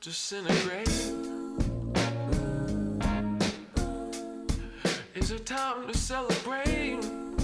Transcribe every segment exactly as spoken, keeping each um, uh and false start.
disintegrate. Is it time to celebrate?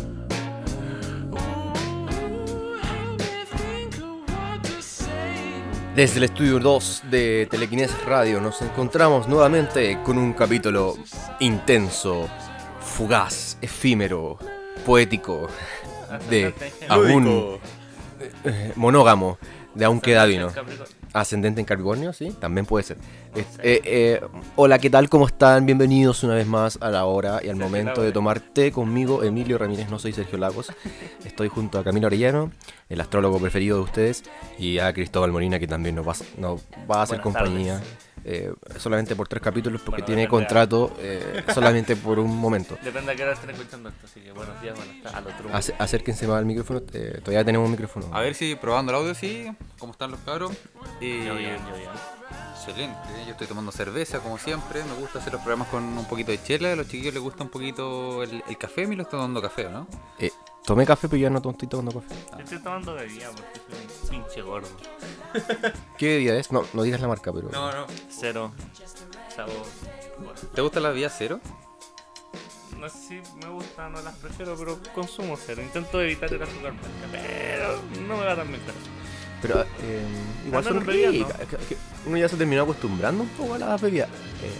Desde el estudio dos de Telequines Radio nos encontramos nuevamente con un capítulo intenso, fugaz, efímero, poético, de aún eh, monógamo, de aún queda vino. Ascendente en Capricornio, sí, también puede ser. Eh, eh, eh, hola, ¿qué tal? ¿Cómo están? Bienvenidos una vez más a la hora y al momento de tomar té conmigo, Emilio Ramírez. No soy Sergio Lagos. Estoy junto a Camilo Arellano, el astrólogo preferido de ustedes, y a Cristóbal Molina, que también nos va, nos va a hacer Buenas compañía. Eh, solamente por tres capítulos, porque bueno, tiene contrato eh, solamente por un momento. Depende a qué hora estén escuchando esto, así que buenos días, buenas tardes, al otro. Ac- acérquense más al micrófono, eh, todavía tenemos un micrófono. A ver si probando el audio, sí. ¿Cómo están los cabros? Eh, yo bien, yo bien. Excelente, yo estoy tomando cerveza como siempre. Me gusta hacer los programas con un poquito de chela. A los chiquillos les gusta un poquito el, el café. A mí lo estoy tomando café, ¿no? Eh, tomé café, pero ya no estoy tomando café. Yo estoy tomando bebida porque soy un pinche gordo. ¿Qué bebida es? No, no digas la marca, pero... No, no. Cero. Sabor. Bueno. ¿Te gusta la bebida cero? No sé si me gusta, no las prefiero, pero consumo cero. Intento evitar el azúcar blanca, pero no me va tan bien. Pero eh, igual son ricas, ¿no? Uno ya se terminó acostumbrando un poco a las bebidas.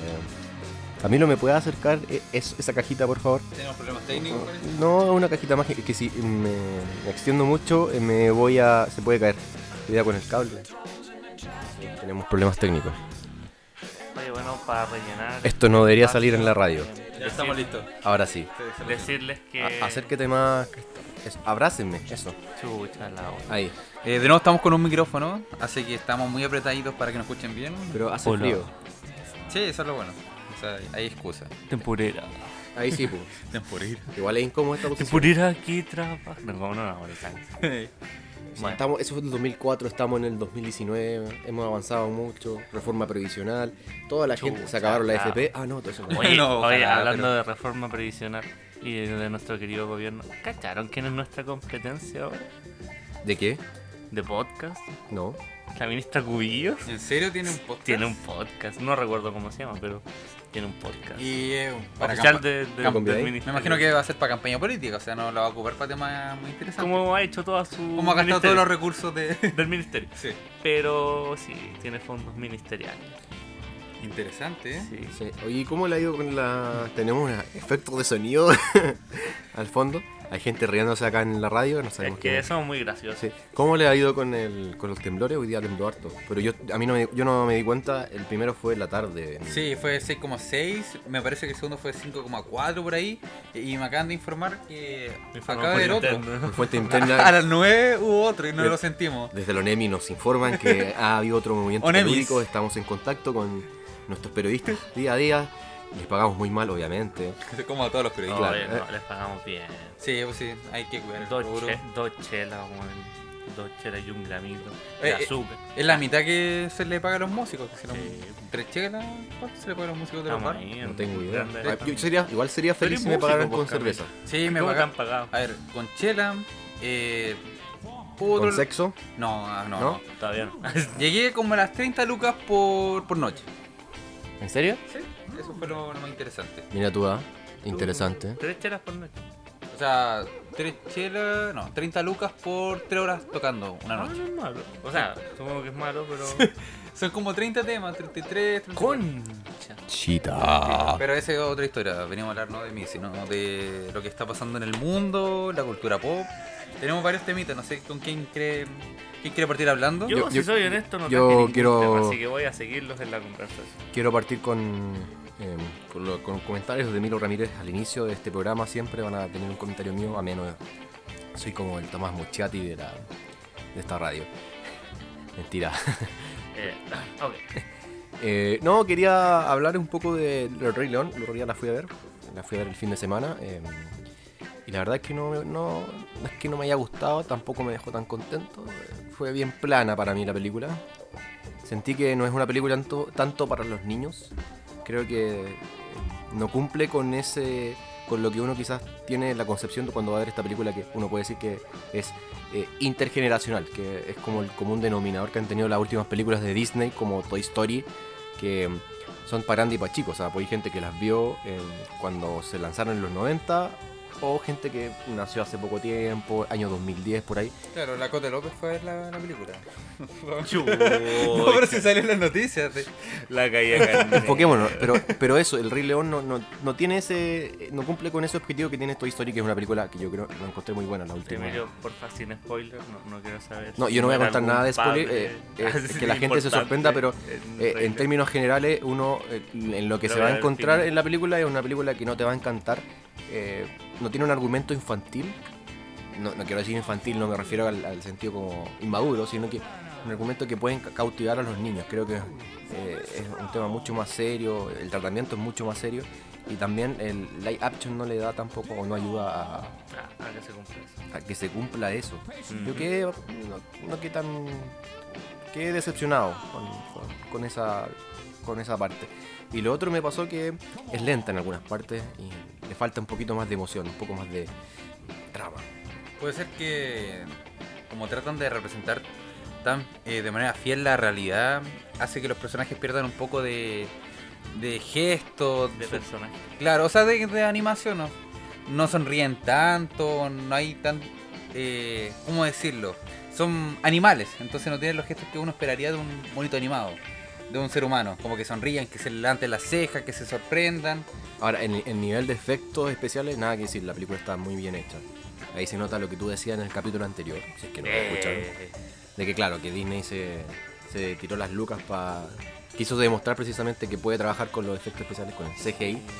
Eh, Camilo, ¿me puedes acercar es, esa cajita, por favor? ¿Tenemos problemas técnicos? No, una cajita más que, que si me, me extiendo mucho me voy a... se puede caer. Cuidado con el cable. Sí, tenemos problemas técnicos. Oye, bueno, para rellenar... Esto no debería salir en la radio. Ya estamos listos. Ahora sí. Decirles que... A, acérquete más. Eso, abrácenme, eso. Chucha la hora. Ahí. Eh, de nuevo estamos con un micrófono, así que estamos muy apretaditos para que nos escuchen bien. Pero hace Hola. frío. Sí, eso es lo bueno. O sea, hay excusa. Tempurera. Ahí sí, pues. Temporera. Igual es incómodo esta posición. Tempurera aquí trabaja. No, no, no, no, no. Sí, estamos, eso fue en el dos mil cuatro, estamos en el dos mil diecinueve, hemos avanzado mucho, reforma previsional, toda la gente, se acabaron la F P. Ah, no, todo eso no. Oye, No, oye ojalá, hablando pero... de reforma previsional y de, de nuestro querido gobierno, ¿cacharon quién es nuestra competencia ahora? ¿De qué? ¿De podcast? No. La ministra Cubillos ¿En serio tiene un podcast? tiene un podcast, no recuerdo cómo se llama, pero tiene un podcast. Y eh, para oficial campa- de, de, campo- del Me ministerio. Me imagino que va a ser para campaña política, o sea, no la va a ocupar para temas muy interesantes. Como ha hecho toda su Como ha gastado todos los recursos de... del ministerio. Sí. Pero sí, tiene fondos ministeriales. Interesante, ¿eh? Sí. Sí. Oye, ¿cómo le ha ido con la...? Tenemos un efecto de sonido al fondo. Hay gente riéndose acá en la radio, no Es sabemos que quién es. somos muy graciosos. Sí. ¿Cómo le ha ido con el con los temblores? Hoy día tembló harto. Pero yo a mí no me, yo no me di cuenta, el primero fue en la tarde. Sí, fue seis coma seis, me parece que el segundo fue cinco coma cuatro por ahí, y me acaban de informar que acaba de haber otro. Por fuente A, a interna, las nueve hubo otro y no De- lo sentimos. desde el ONEMI nos informan que ha habido otro movimiento Onemis. telúrico. Estamos en contacto con nuestros periodistas día a día. Les pagamos muy mal, obviamente. Como a todos los No, periodistas. Claro, oye, no, eh. les pagamos bien. Sí, pues sí, hay que cuidar el Dos, rubro. che- dos chelas, weón. Dos chelas y un gramito de Eh, eh, azúcar. Es la mitad que se le paga a los músicos. Que si no, Sí. tres chelas, ¿cuánto se le paga a los músicos de los Estamos bares? ahí, No en tengo idea. grande- Ah, yo sería, igual sería Tú feliz eres si me músico, pagaran vos, con Camilo. cerveza. Sí, me ¿Cómo te pagan. han pagado? A ver, con chela, eh. otro- ¿Con sexo? No, ah, no, ¿No? no. Todavía no. Llegué como a las treinta lucas por, por noche. ¿En serio? Sí, eso fue lo, lo más interesante. Mira tú, ah, interesante. Tres chelas por noche. O sea, tres chelas, no, treinta lucas por tres horas tocando una No, noche. no es malo. O sea, supongo que es malo, pero. Son como treinta temas, treinta y tres, treinta y cuatro. Concha. Chita. Pero esa es otra historia, venimos a hablar no de mí, sino de lo que está pasando en el mundo, la cultura pop. Tenemos varios temitas, no sé con quién cree, quién quiere partir hablando. Yo, Yo- si yo- soy honesto, no yo traje ningún quiero- tema, así que voy a seguirlos en la conversación. Quiero partir con, eh, con, lo- con comentarios de Milo Ramírez al inicio de este programa. Siempre van a tener un comentario mío, a menos soy como el Tomás Mucciati de, la, de esta radio. Mentira. Eh, ok. Eh, no, quería hablar un poco de El Rey León. El otro día la fui a ver. La fui a ver el fin de semana. Eh, y la verdad es que no, no, no es que no me haya gustado, tampoco me dejó tan contento. Fue bien plana para mí la película. Sentí que no es una película tanto, tanto para los niños. Creo que eh, no cumple con ese con lo que uno quizás tiene la concepción de cuando va a ver esta película, que uno puede decir que es eh, intergeneracional, que es como el común denominador que han tenido las últimas películas de Disney, como Toy Story, que mm, son para grandes y para chicos. O sea, pues hay gente que las vio eh, cuando se lanzaron en los noventa, o gente que nació hace poco tiempo, año dos mil diez, por ahí. Claro, la Cote López fue a ver la, la película. Chuy, No, pero si salió en las noticias. de- la caía Enfoquémonos, pero, pero eso, el Rey León no, no, no tiene ese, no cumple con ese objetivo que tiene Toy Story, que es una película que yo creo la encontré muy buena la última. Emilio, porfa, sin spoiler, no, no quiero saber. No, si yo no voy a era contar algún nada de spoiler, padre eh, eh, así que la gente se importante sorprenda, pero en eh, Rey en León. términos generales, uno eh, en lo que Lo se voy va a a ver encontrar final. en la película es una película que no te va a encantar. eh, no tiene un argumento infantil. No, no quiero decir infantil, no me refiero al, al sentido como inmaduro, sino que un argumento que pueden ca- cautivar a los niños. Creo que eh, es un tema mucho más serio, el tratamiento es mucho más serio, y también el live action no le da tampoco, o no ayuda a, Ah, ah, que se cumple eso. a que se cumpla eso. Yo Ujú. quedé, no, no quedé tan, quedé decepcionado con, con- con esa, con esa parte. Y lo otro me pasó que es lenta en algunas partes y le falta un poquito más de emoción, un poco más de trama. Puede ser que, como tratan de representar tan eh, de manera fiel la realidad, hace que los personajes pierdan un poco de, de gestos, De su- personaje. Claro, o sea, de, de animación, ¿no? No sonríen tanto, no hay tan... Eh, ¿Cómo decirlo? Son animales, entonces no tienen los gestos que uno esperaría de un bonito animado, de un ser humano. Como que sonrían, que se levanten las cejas, que se sorprendan. Ahora, en el nivel de efectos especiales, nada que decir, la película está muy bien hecha. Ahí se nota lo que tú decías en el capítulo anterior, si es que no lo escucharon. Eh, De que claro, que Disney se, se tiró las lucas para... Quiso demostrar precisamente que puede trabajar con los efectos especiales, con el C G I. Eh,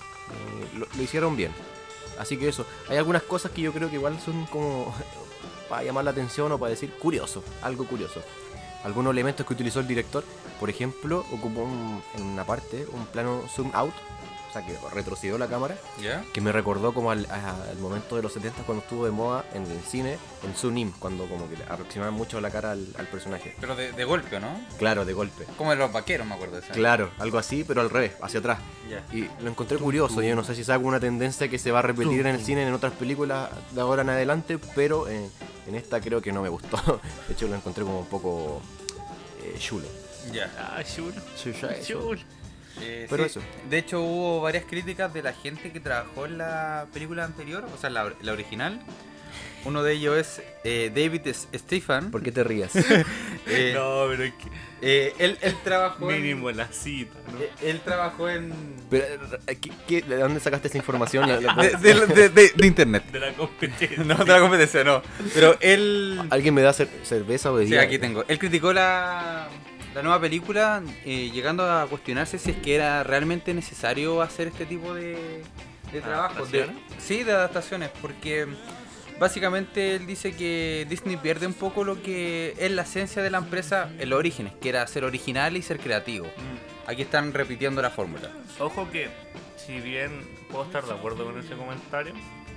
lo, lo hicieron bien. Así que eso, hay algunas cosas que yo creo que igual son como para llamar la atención o para decir curioso, algo curioso. Algunos elementos que utilizó el director, por ejemplo, ocupó un- en una parte un plano zoom out, o sea que retrocedió la cámara, ¿Ya? que me recordó como al, a- al momento de los setenta cuando estuvo de moda en el cine, en zoom in, cuando como que le aproximaban mucho la cara al, al personaje. Pero de, de golpe, ¿no? Claro, de golpe. Como de los vaqueros, me acuerdo de eso. Claro, algo así, pero al revés, hacia atrás. ya. Y lo encontré curioso, yo no sé si es alguna tendencia que se va a repetir en el cine en otras películas de ahora en adelante, pero eh, en esta creo que no me gustó. De hecho lo encontré como un poco eh, chulo. Ya. Ah, chul. Chulo. Chul. Eh, Pero sí. eso. De hecho, hubo varias críticas de la gente que trabajó en la película anterior, o sea, la, la original. Uno de ellos es eh, David S- Stephan. ¿Por qué te rías? Eh, No, pero es que eh, él, él trabajó mínimo en, la cita, ¿no? eh, él trabajó en Pero, eh, ¿qué- qué- ¿De dónde sacaste esa información? La- la- de, de- de- de- de internet. De la competencia. No, de la competencia, no. Pero él ¿Alguien me da cer- cerveza o sí, bebida? aquí tengo. Él criticó la, la nueva película, eh, llegando a cuestionarse si es que era realmente necesario hacer este tipo de, de trabajos. De, ¿Adaptaciones? sí, de adaptaciones, porque básicamente él dice que Disney pierde un poco lo que es la esencia de la empresa en los orígenes, que era ser original y ser creativo. Mm. Aquí están repitiendo la fórmula. Ojo que, si bien puedo estar de acuerdo con ese comentario,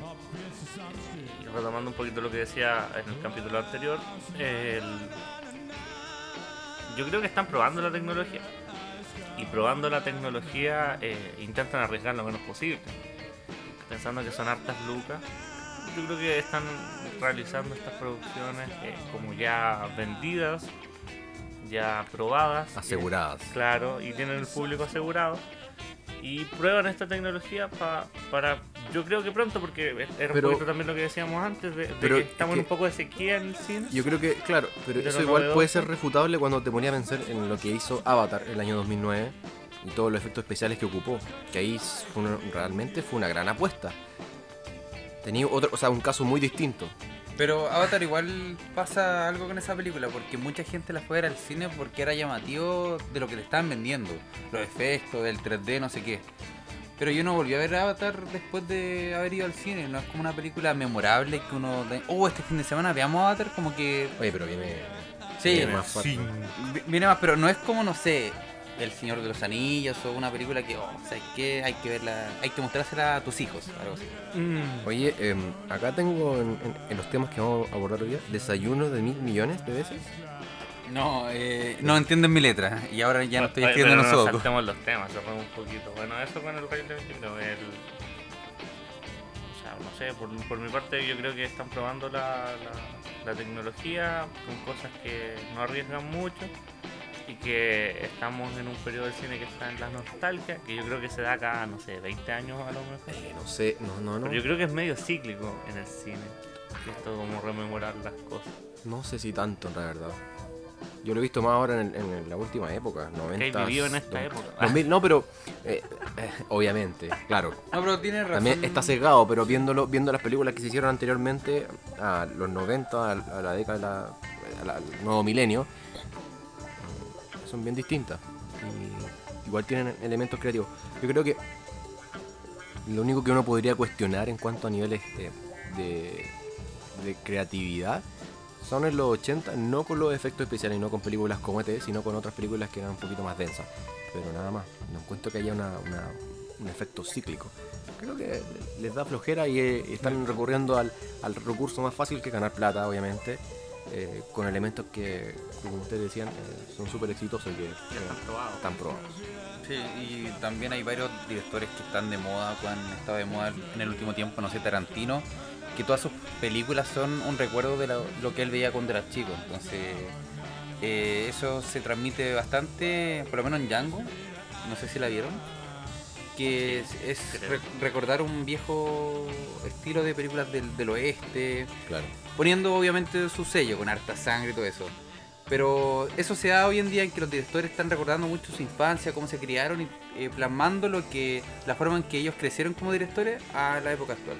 y retomando un poquito lo que decía en el capítulo anterior, el- yo creo que están probando la tecnología. Y probando la tecnología eh, intentan arriesgar lo menos posible. Pensando que son hartas lucas, yo creo que están realizando estas producciones eh, como ya vendidas, ya probadas. Aseguradas. eh, claro, y tienen el público asegurado. Y prueban esta tecnología pa- para, yo creo que pronto, porque era Pero- un poquito también lo que decíamos antes, de, de pero que es estamos en que- un poco de sequía en el cine. Yo creo que, claro, pero De eso lo igual novedoso. puede ser refutable cuando te ponía a pensar en lo que hizo Avatar el año dos mil nueve y todos los efectos especiales que ocupó, que ahí fue una- realmente fue una gran apuesta. Tenía otro, o sea, un caso muy distinto. Pero Avatar igual pasa algo con esa película, porque mucha gente la fue a ver al cine porque era llamativo de lo que le estaban vendiendo. Los efectos, el tres D, no sé qué. Pero yo no volví a ver Avatar después de haber ido al cine. No es como una película memorable que uno... de- oh, este fin de semana veamos Avatar, como que... Oye, pero viene... Sí, viene más fuerte. vi- viene más, pero no es como, no sé, El Señor de los Anillos o una película que, oh, ¿sabes qué? Hay que verla, hay que mostrársela a tus hijos, algo así. Mm. Oye, em, acá tengo en, en- en los temas que vamos a abordar hoy día, desayuno de mil millones de veces. No, eh, no entienden mi letra y ahora ya no estoy Oye, escribiendo pero no nos Sudoku. saltemos los temas, cerramos un poquito. Bueno, eso con el Rey León, yo creo, el... sea, no sé, por, por mi parte yo creo que están probando la, la, la tecnología con cosas que no arriesgan mucho y que estamos en un periodo del cine que está en la nostalgia, que yo creo que se da cada, no sé, veinte años a lo mejor. Eh, no sé, no, no, no. Pero yo creo que es medio cíclico en el cine, esto como rememorar las cosas. No sé si tanto, la verdad. Yo lo he visto más ahora en, en la última época, noventa. Que vivido en esta dos- época. dos mil, no, pero eh, eh, obviamente, claro. No, pero tiene razón. También está sesgado, pero viéndolo, viendo las películas que se hicieron anteriormente, a los noventa, a, a la década, de la, a la- al nuevo milenio, eh, son bien distintas. Y igual tienen elementos creativos. Yo creo que lo único que uno podría cuestionar en cuanto a niveles eh, de, de creatividad son en los ochenta, no con los efectos especiales y no con películas como E T, sino con otras películas que eran un poquito más densas. Pero nada más, no encuentro que haya una, una- un efecto cíclico. Creo que les da flojera y eh, están recurriendo al, al recurso más fácil, que ganar plata, obviamente, eh, con elementos que, como ustedes decían, eh, son súper exitosos y que eh, están probados. están probados. Sí, y también hay varios directores que están de moda, que han estado de moda en el último tiempo, no sé, Tarantino, que todas sus películas son un recuerdo de lo, lo que él veía cuando era chico. Entonces, eh, eso se transmite bastante, por lo menos en Django, no sé si la vieron, que es, es creo. re- recordar un viejo estilo de películas del, del oeste, Claro. poniendo obviamente su sello, con harta sangre y todo eso. Pero eso se da hoy en día en que los directores están recordando mucho su infancia, cómo se criaron y eh, plasmando lo que, la forma en que ellos crecieron como directores a la época actual.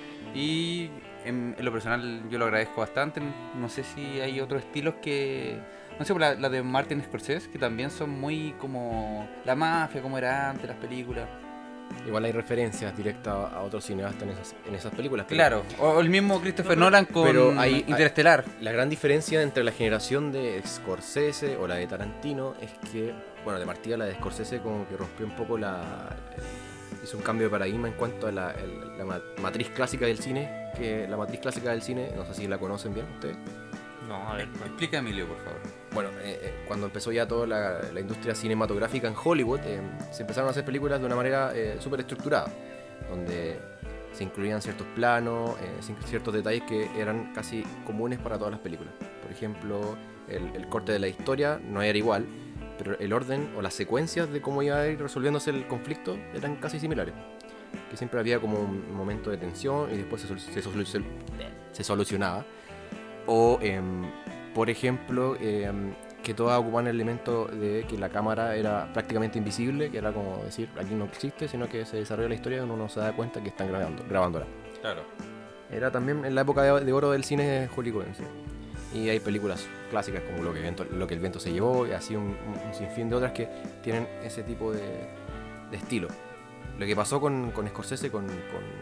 Y en, en lo personal yo lo agradezco bastante. No sé si hay otros estilos que... No sé, la, la de Martin Scorsese, que también son muy como la mafia, como era antes, las películas. Igual hay referencias directas a otros cineastas en esas, en esas películas. pero- Claro, o, o el mismo Christopher No, pero- Nolan con pero hay- Interestelar. La gran diferencia entre la generación de Scorsese o la de Tarantino es que, bueno, de partida la de Scorsese como que rompió un poco la... eh, hizo un cambio de paradigma en cuanto a la, el- la ma- matriz clásica del cine, que la matriz clásica del cine, no sé si la conocen bien ustedes. No, a ver, no. Explica, Emilio, por favor. Bueno, eh, eh, cuando empezó ya toda la, la industria cinematográfica en Hollywood, eh, se empezaron a hacer películas de una manera eh, súper estructurada, donde se incluían ciertos planos, eh, cin- ciertos detalles que eran casi comunes para todas las películas. Por ejemplo, el, el corte de la historia no era igual, pero el orden o las secuencias de cómo iba a ir resolviéndose el conflicto eran casi similares. Que siempre había como un momento de tensión y después se, sol- se, solu- se solucionaba. O, em, por ejemplo, em, que todas ocupaban el elemento de que la cámara era prácticamente invisible, que era como decir, aquí no existe, sino que se desarrolla la historia y uno no se da cuenta que están grabando, grabándola. Claro. Era también en la época de, de oro del cine hollywoodense. Y hay películas clásicas como Lo que el viento, lo que el viento se llevó, y así un, un- un sinfín de otras que tienen ese tipo de, de estilo. Lo que pasó con, con Scorsese, con... con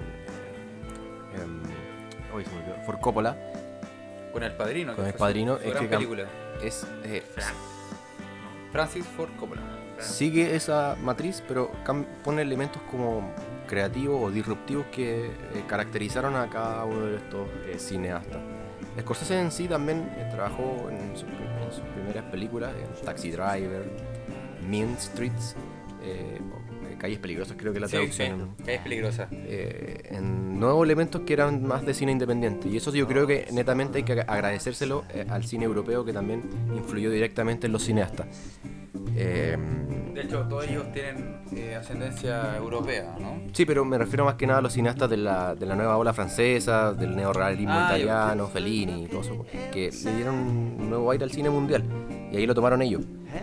eh, em, uy, se me olvidó, Ford Coppola, Con El Padrino. Con que El fue su- Padrino, su es gran que cam- película. es... eh, Frank. Francis Ford Coppola. sigue esa matriz, pero cam- pone elementos como creativos o disruptivos que eh, caracterizaron a cada uno de estos eh, cineastas. Scorsese en sí también eh, trabajó en, su- en sus primeras películas, en Taxi Driver, Mean Streets, eh, o, eh, Calles Peligrosas, creo que es la Sí, traducción. sí, que es peligrosa. eh, en nuevos elementos que eran más de cine independiente, y eso yo creo que netamente hay que agradecérselo eh, al cine europeo, que también influyó directamente en los cineastas. Eh, De hecho, todos ellos tienen eh, ascendencia europea, ¿no? sí, pero me refiero más que nada a los cineastas de la, de la nueva ola francesa, del neorrealismo Ah, ya, italiano, Fellini y todo eso, que le dieron un nuevo aire al cine mundial, y ahí lo tomaron ellos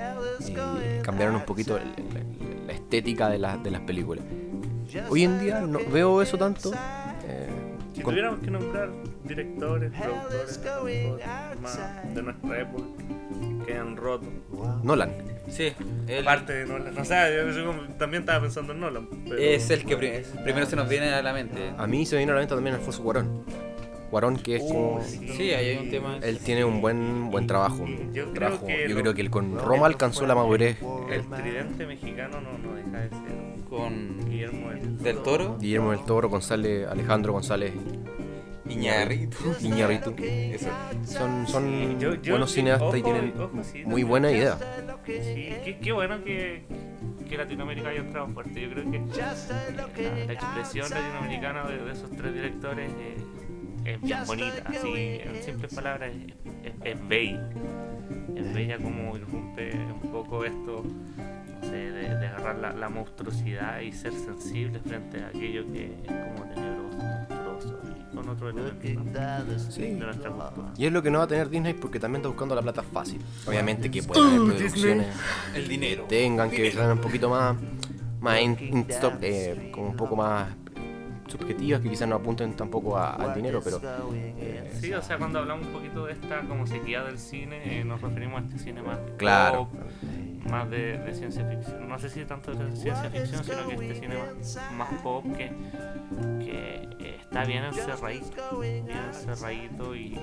y cambiaron un poquito el- el- la estética de, la- de las películas. Hoy en día no veo eso tanto. eh, Si con- tuviéramos que nombrar directores, productores, actores más de nuestra época que han roto, Nolan. Sí, él parte de Nolan, o sea, yo, yo como- también estaba pensando en Nolan, pero es el que pri- primero se nos viene a la mente. A mí se me vino a la mente también Alfonso Cuarón. Cuarón, que es como... Sí, ahí hay un tema. Él tiene un buen buen trabajo. Yo creo trabajo. que Yo lo- creo que él con no, Roma esto alcanzó fue- la madurez. el tridente mexicano no, no deja de ser Con Guillermo del, Del Toro, Guillermo del Toro, González, Alejandro González, Iñárritu. Iñárritu. Eso. Son, son Yo- yo- buenos cineastas y ojo, tienen ojo, sí, muy también. buena idea. Sí, qué, qué bueno que, que Latinoamérica haya entrado fuerte. Yo creo que la, la expresión latinoamericana de, de esos tres directores eh, es bien bonita, así en simples palabras es, es, es bella. Es bella como irrumpe un poco esto, no sé, de, de agarrar la, la monstruosidad y ser sensible frente a aquello que es como tenebroso, monstruoso y con otro elemento, ¿no? Sí. de nuestra cultura. Y es lo que no va a tener Disney porque también está buscando la plata fácil. Obviamente que puede haber producciones El dinero. que tengan, que sean un poquito más, más in, in stock, eh, como un poco más subjetivas, que quizás no apunten tampoco a- al dinero, pero eh, Sí, o sea, cuando hablamos un poquito de esta como sequía del cine, eh, nos referimos a este cine más Claro. pop, más de, de ciencia ficción. No sé si tanto de ciencia ficción, sino que este cine más, más pop que, que eh, está bien encerradito, bien encerradito y,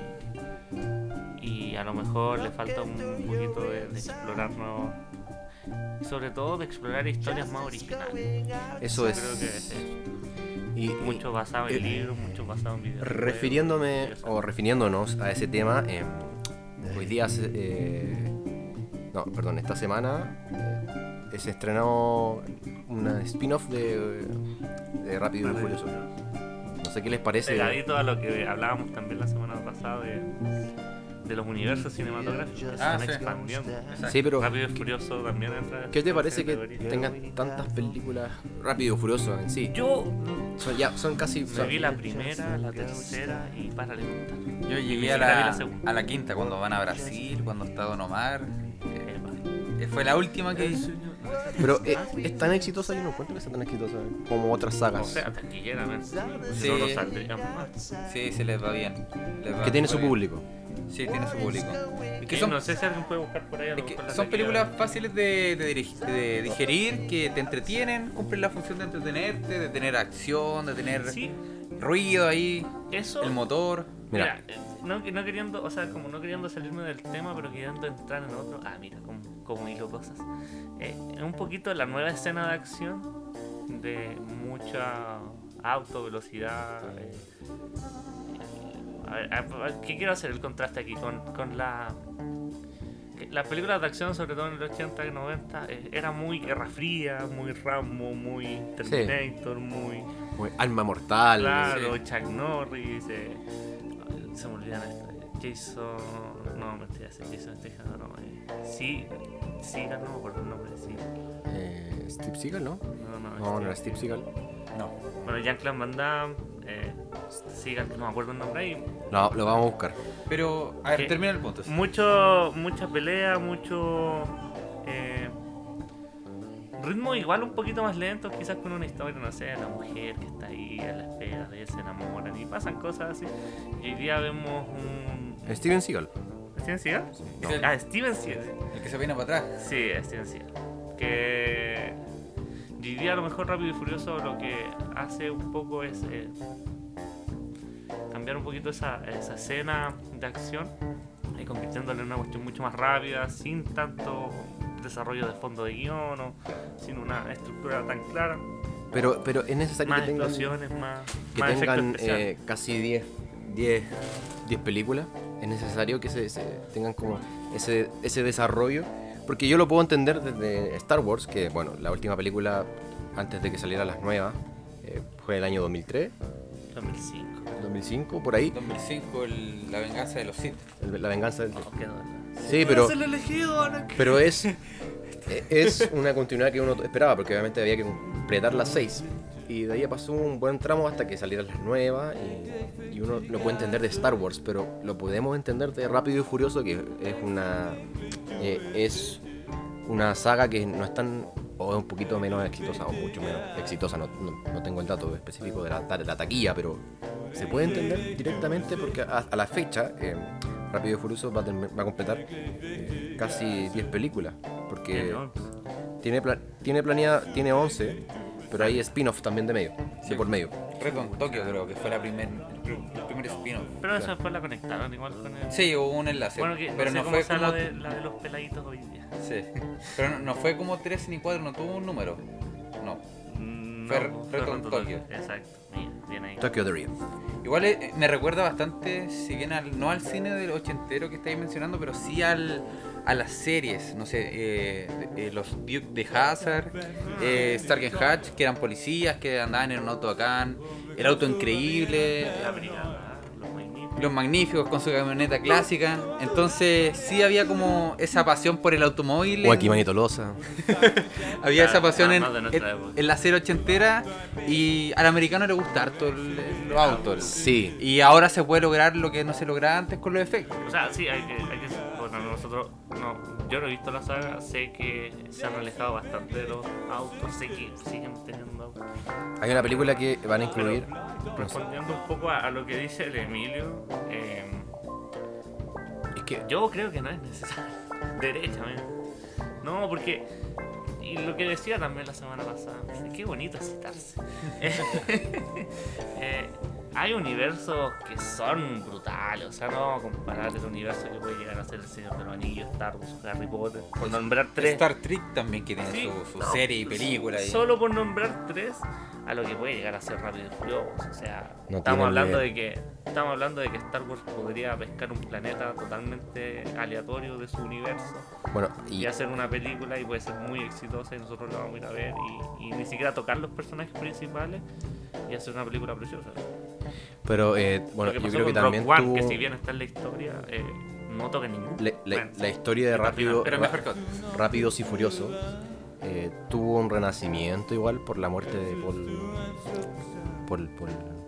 y a lo mejor le falta un poquito de, de explorar nuevos, y sobre todo de explorar historias más originales. eso Creo es. que es Y, y mucho basado en eh, libros, mucho basado en videojuegos. refiriéndome y eso. o refiriéndonos a ese tema, eh, hoy día, se- eh, no, perdón, esta semana eh, se estrenó una spin-off de, de Rápido y Furioso. No sé qué les parece. Pegadito a lo que hablábamos también la semana pasada de, de los universos cinematográficos que se Ah, van sí. expandiendo. Sí, pero Rápido y Furioso también entra. ¿qué te en parece esa que categoría. tengan tantas películas Rápido y Furioso en sí? Yo Son, ya, son casi... me son- vi la primera, la tercera y para de contar. Yo Ni llegué a siquiera vi la, la segunda. a la quinta, cuando van a Brasil, cuando está Don Omar. Eh, Eh, Fue la última que... Pero eh, Ah, sí. es tan exitosa, yo no encuentro que sea tan exitosa como otras O sagas. sea, taquilleramente. Sí. Si no, no saldrían más. Sí, se les va bien. Les va Que tiene súper su bien. público. Sí, tiene su público. Es que Eh, son, no sé si alguien puede buscar por ahí. a lo es que mejor la son taquilla. películas fáciles de, de, dirigi- de digerir, que te entretienen, cumplen la función de entretenerte, de tener acción, de tener Sí, ruido ahí, eso. el motor. Mira. Mira, eh, no, no queriendo, o sea, como no queriendo salirme del tema, pero queriendo entrar en otro. Ah, mira, como, como hilo cosas. Eh, un poquito la nueva escena de acción, de mucha auto, velocidad. Eh, eh, a ver, a ver, ¿qué quiero hacer el contraste aquí con, con la. que Las películas de acción, sobre todo en el ochenta y noventa, eh, era muy Guerra Fría, muy Rambo, muy Terminator, muy. Como Alma Mortal. Claro, sí. Chuck Norris, eh, se me olvidan esto, eh, Jason, no, mentira, ese Jason Statham, no, eh, sí, Seagal, no me acuerdo el nombre, sí, Eh, Steve Seagal, ¿no? no, no, No, no era este, Steve Seagal. No. bueno, Jean-Claude Van Damme, eh, Seagal, no me acuerdo el nombre ahí, No, lo vamos a buscar. Pero, a ver, ¿Qué? termina el punto. sí. mucho, mucha pelea, mucho, eh, ritmo igual un poquito más lento, quizás con una historia, no sé, la mujer que está ahí a la espera de él, se enamoran y pasan cosas así, y hoy día vemos un... Steven Seagal. ¿Steven Seagal? No. Sí. Ah, Steven Seagal. El que se viene para atrás. Sí, Steven Seagal. Que hoy día a lo mejor Rápido y Furioso lo que hace un poco es eh, cambiar un poquito esa, esa escena de acción y convirtiéndola en una cuestión mucho más rápida, sin tanto desarrollo de fondo de guión o sin una estructura tan clara, Pero, pero es necesario más que tengan, explosiones, más, que más efectos tengan especiales. eh, casi diez, diez, diez películas. Es necesario que se, se tengan como ese, ese desarrollo. Porque yo lo puedo entender desde Star Wars, que bueno, la última película antes de que salieran las nuevas eh, fue el año dos mil tres, dos mil cinco. dos mil cinco, por ahí. dos mil cinco, el- la venganza de los Sith. el- La venganza del... Oh, qué dolor. Sí, pero, el elegido, Anakin. pero es, es una continuidad que uno esperaba, porque obviamente había que completar las seis. Y de ahí pasó un buen tramo hasta que salieran las nuevas. Y, y uno lo puede entender de Star Wars, pero lo podemos entender de Rápido y Furioso, que es una, eh, es una saga que no es tan, o es un poquito menos exitosa, o mucho menos exitosa. No, no, no tengo el dato específico de la, de la taquilla, pero se puede entender directamente porque a, a la fecha eh, Rápido y Furioso va a, termi- va a completar eh, casi diez películas, porque tiene, pla- tiene planeada, tiene once, pero hay spin-off también de medio, de Sí. por medio. Return to Tokyo creo que fue la primer, el pr- el primer spin-off. Pero eso después la conectaron igual con el... Sí, hubo un enlace. Bueno, que pero no sé no cómo fue sea como... la, de, la de los peladitos hoy día. Sí. Pero no, no fue como tres ni cuatro, no tuvo un número. No. Mm, Fue no, Return Return to to Tokyo. Exacto, mira, bien ahí. Tokyo Drift. Igual eh, me recuerda bastante, si bien al, no al cine del ochentero que estáis mencionando, pero sí al, a las series, no sé, eh, eh, los Duke de Hazzard, eh, Sergeant Hatch, que eran policías, que andaban en un auto bacán, El Auto Increíble, La brigada, los magníficos. Los Magníficos con su camioneta clásica. Entonces sí había como esa pasión por el automóvil. Joaquín Manito Loza. Había esa Claro, pasión no, en, no de nuestra en- época. en la serie ochentera, y al americano le gusta harto el- el- los autos. Sí. Y ahora se puede lograr lo que no se lograba antes con los efectos. O sea, sí, hay que, hay que bueno, nosotros, no, yo no he visto la saga, sé que se han alejado bastante de los autos, sé que siguen teniendo autos. Hay una película que van a incluir. Pero, respondiendo un poco a, a lo que dice el Emilio, eh, Es que yo creo que no es necesario. Derechamente. No, porque. Y lo que decía también la semana pasada, qué bonito es citarse. Eh, hay universos que son brutales, o sea, no vamos a comparar el universo que puede llegar a ser El Señor de los Anillos, Star Wars, Harry Potter, por nombrar tres. Star Trek también, que tiene Sí, su, su no, serie y película. y- Solo por nombrar tres, a lo que puede llegar a ser Rápido y Furioso. O sea, No estamos tiene hablando nivel. de que estamos hablando de que Star Wars podría pescar un planeta totalmente aleatorio de su universo bueno, y y hacer una película, y puede ser muy exitosa y nosotros la vamos a ir a ver y, y ni siquiera tocar los personajes principales y hacer una película preciosa. pero eh, bueno, lo que yo pasó creo que con también Rogue One, tuvo que si bien está en la historia, eh, no toca ningún. la, la- Bueno, la historia de al Rápido, final, Pero Ra- mejor que- Rápidos y Furiosos eh, tuvo un renacimiento igual por la muerte de Paul Paul, Paul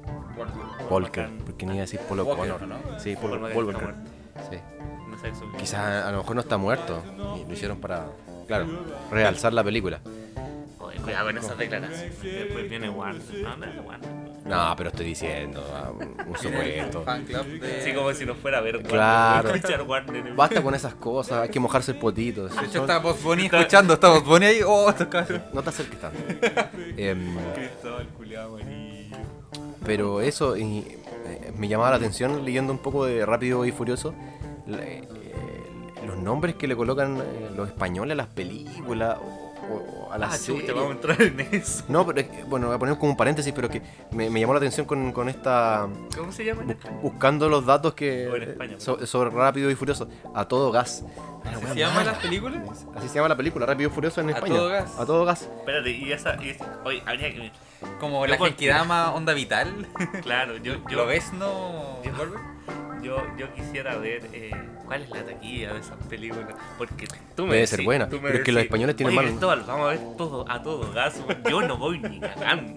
Walker, McCann. porque ni iba a decir Paul Walker, O'Connor, ¿no? sí, Paul, Paul McCann Paul está Walker, sí. no sé, eso- Quizás a lo mejor no está muerto y lo hicieron para, claro, realzar la película. Oye, cuidado con esas declaraciones. Después viene Warner. No, no es Warner. No, pero estoy diciendo ah, un, un supuesto. Fan club de... Así como si no fuera a ver Warner. Claro. Escuchar Warner. Basta con esas cosas, hay que mojarse el potito. De hecho, está Bob Bunny escuchando, está Bob Bunny ahí. Oh, estos cabros. No te acerques tanto. Em, Cristóbal, culiado, amarillo. pero eso y, eh, me llamaba la atención leyendo un poco de Rápido y Furioso. la- eh, los nombres que le colocan eh, los españoles a las películas o, o a las Ah, series. chuta, vamos a entrar en eso. No, pero es que, bueno, voy a poner como un paréntesis, pero que me, me llamó la atención con, con esta. ¿Cómo se llama? en bu- español? buscando los datos que. O en España, so- sobre Rápido y Furioso. A todo gas. Una ¿Así wea se llaman mala. las películas? Así se llama la película, Rápido y Furioso en A España. todo gas. A todo gas. Espérate, y esa. Y esa- oye, habría que. Como Yo la por- Genkidama Onda Vital. Claro, yo. yo ¿Lo ves, no? Yo, yo, yo quisiera ver eh, cuál es la taquilla de esas películas. Porque tú me Debe decís- ser buena, tú me pero es que los decís, españoles tienen "Oye, mal- Cristóbal, vamos a ver todo a todo gas. Yo no voy ni cagando.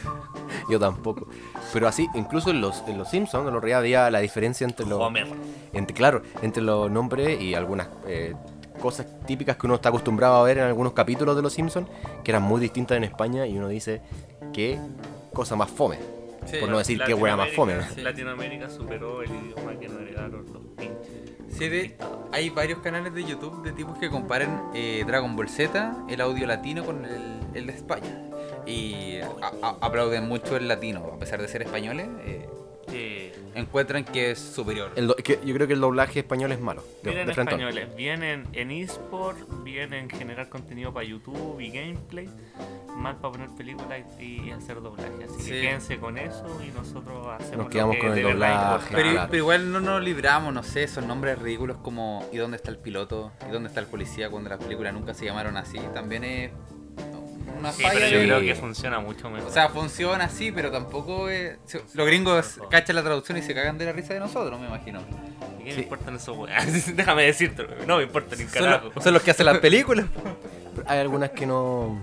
Yo tampoco. Pero así, incluso en los, en los Simpsons, en realidad había la diferencia entre los. Homer. Entre, claro, entre los nombres y algunas eh, cosas típicas que uno está acostumbrado a ver en algunos capítulos de los Simpsons, que eran muy distintas en España, y uno dice, qué cosa más fome. Sí, por no decir qué wea más fome. ¿no? Sí. Latinoamérica superó el idioma que nos heredaron los pinches. Sí, de, hay varios canales de YouTube de tipos que comparan eh, Dragon Ball Z, el audio latino, con el, el de España. Y a- a- aplauden mucho el latino, a pesar de ser españoles, eh, Eh, encuentran que es superior. El do- que yo creo que el doblaje español es malo. De, Vienen de frente. españoles, vienen en eSport, vienen generar contenido para YouTube y gameplay, más para poner películas y, y hacer doblaje. Así Sí. que quédense con eso y nosotros hacemos Nos lo quedamos que con el de verdad doblaje. importa. Pero, claro. pero igual no nos libramos, no sé, esos nombres ridículos como ¿y dónde está el piloto? ¿Y dónde está el policía? Cuando las películas nunca se llamaron así. También es una Sí, falla pero yo de- creo que funciona mucho mejor. O sea, funciona así, pero tampoco es... Los gringos cachan la traducción y se cagan de la risa de nosotros, me imagino. ¿Y qué sí. me importan esos weas? Déjame decirte, no me importa ni un Son, carajo. lo- son los que hacen las películas. Pero hay algunas que no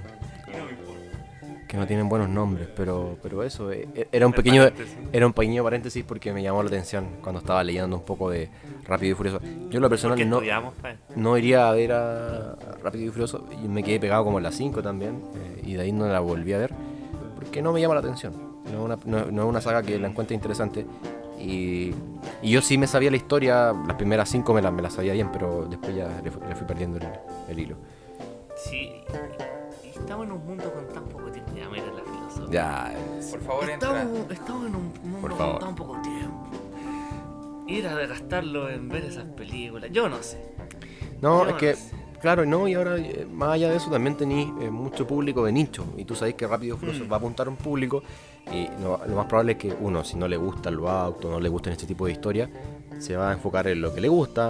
que no tienen buenos nombres, pero pero eso eh, era un El pequeño paréntesis. era un pequeño paréntesis porque me llamó la atención cuando estaba leyendo un poco de Rápido y Furioso. Yo en lo ¿Por qué personal no estudiamos, pa? no iría a ver a Rápido y Furioso y me quedé pegado como en las cinco también eh, y de ahí no la volví a ver porque no me llama la atención. No es una, no, no es una saga que la encuentre interesante y, y yo sí me sabía la historia, las primeras cinco me las me las sabía bien, pero después ya le fui, le fui perdiendo el, el hilo. Sí, y estamos en un mundo con tan poco tiempo. Ya, mira la filosofía. Ya, Por favor, entra. Estamos, estamos en un mundo Por con favor. tan poco tiempo. Ir a gastarlo en ver esas películas, yo no sé. no, Yo es que no sé. claro, no, y ahora eh, más allá de eso también tenéis eh, mucho público de nicho y tú sabes que Rápido y Furioso Mm. va a apuntar a un público y no- lo más probable es que uno, si no le gustan los autos, no le gustan este tipo de historias, se va a enfocar en lo que le gusta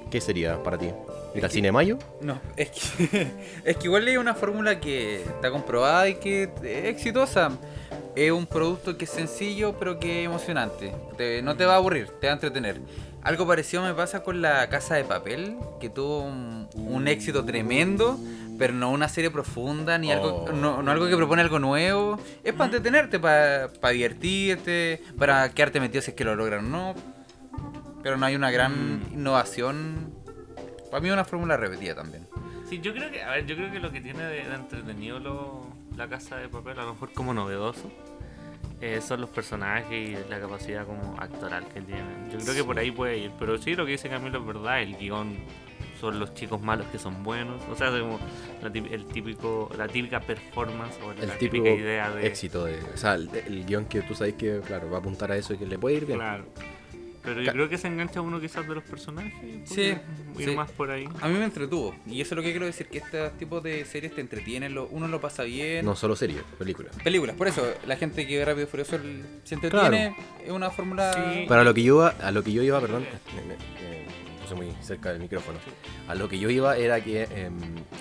¿qué sería para ti? ¿Ir al cine de mayo? No, es que, es que igual es una fórmula que está comprobada y que es exitosa. Es un producto que es sencillo pero que es emocionante. Te- no te va a aburrir, te va a entretener. Algo parecido me pasa con La Casa de Papel, que tuvo un, un éxito tremendo, pero no una serie profunda, ni algo, Oh. no, no algo que propone algo nuevo. Es para entretenerte, para divertirte, para quedarte metido si es que lo logran o no. Pero no hay una gran innovación. Para mí es una fórmula repetida también. Sí, yo creo que, a ver, yo creo que lo que tiene de, de entretenido lo, La Casa de Papel, a lo mejor como novedoso, eh, son los personajes y la capacidad como actoral que tienen. Yo creo que por ahí puede ir, pero sí, lo que dice Camilo es verdad, el guión son los chicos malos que son buenos, o sea, es como la, tip- el típico, la típica performance o El la típico típica idea de... éxito de... O sea, el, el guión que tú sabes que, claro, va a apuntar a eso y que le puede ir bien. Claro. Pero yo Ca- creo que se engancha uno quizás de los personajes. y Sí, puede ir sí. más por ahí. A mí me entretuvo. Y eso es lo que quiero decir, que este tipo de series te entretienen, lo- uno lo pasa bien. No solo series, películas. Películas, por eso, la gente que ve Rápido y Furioso el- se entretiene, es una fórmula... Sí. Pero a lo que yo iba, a lo que yo iba, perdón, me, me- me puse muy cerca del micrófono. A lo que yo iba era que em,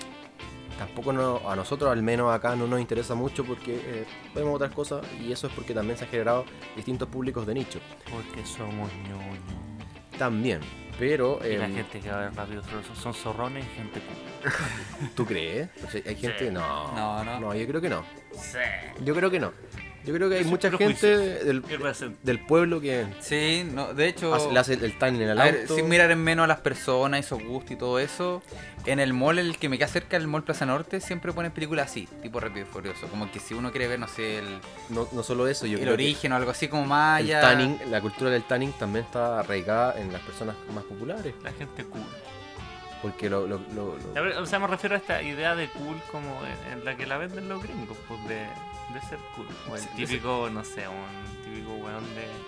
tampoco no, a nosotros, al menos acá, no nos interesa mucho porque eh, vemos otras cosas y eso es porque también se han generado distintos públicos de nicho. Porque somos ñoños. También, pero Y la em, gente que va a ver Rápido y Furioso son zorrones y gente cool. ¿tú crees? O sea, hay gente, Sí. no, No, no. no, yo creo que no. Sí. Yo creo que no. Yo creo que hay Es un mucha prejuicio. gente del, ¿Qué pasa? del pueblo que Sí, no, de hecho... hace- le hace el timing en el a ver, auto. sin mirar en menos a las personas y sus gustos y todo eso, en el mall, el que me queda cerca, el mall Plaza Norte, siempre ponen películas así, tipo Rápido y Furioso. Como que si uno quiere ver, no sé, el, No, no solo eso, yo el creo que origen o algo así como más el allá. tanning, la cultura del tanning también está arraigada en las personas más populares. La gente cool. Porque lo, lo, lo- lo- A ver, o sea, me refiero a esta idea de cool como en, en la que la venden los gringos, pues de, de ser cool. O el Sí, típico, no sé, un típico weón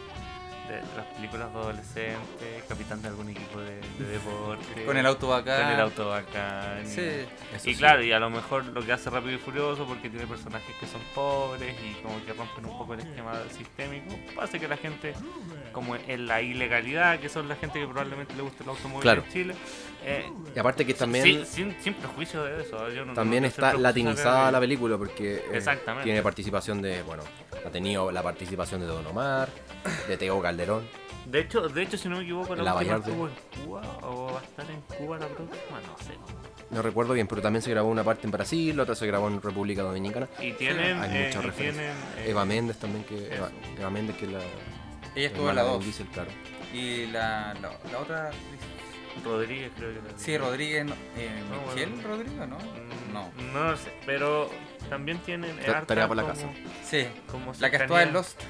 de, de las películas de adolescentes, capitán de algún equipo de, de deporte. Con el auto acá. Con el auto bacán. Sí. eso Y sí. claro, y a lo mejor lo que hace Rápido y Furioso, porque tiene personajes que son pobres y como que rompen un poco el esquema sistémico, hace que la gente, como en la ilegalidad, que son la gente que probablemente le gusta el automóvil Claro. en Chile, eh, Y aparte que también, sí, sin, sin prejuicio de eso. Yo no- también no está soy latinizada prejuicioso la de- película porque eh, Exactamente. tiene participación de, bueno, ha tenido la participación de Don Omar, de Tego Calderón. De hecho, de hecho, si no me equivoco, la, La última Vallarta. estuvo en Cuba o va a estar en Cuba la próxima, no sé. No recuerdo bien, pero también se grabó una parte en Brasil, la otra se grabó en República Dominicana. Y tienen, Hay eh, muchas y referencias. tienen, eh, Eva Méndez también, que Eva, eso. Eva Méndez que es la... Ella estuvo en la hermana de dos. Diesel, claro. Y la, la, la otra actriz. Rodríguez, creo que era. Sí, Rodríguez. no- Eh, No, ¿Michelle bueno. Rodríguez, no? Mm, No. No lo sé, pero también tienen. Ta- harta tarea por la como- casa. Sí, como la que actúa en cercanía- Lost.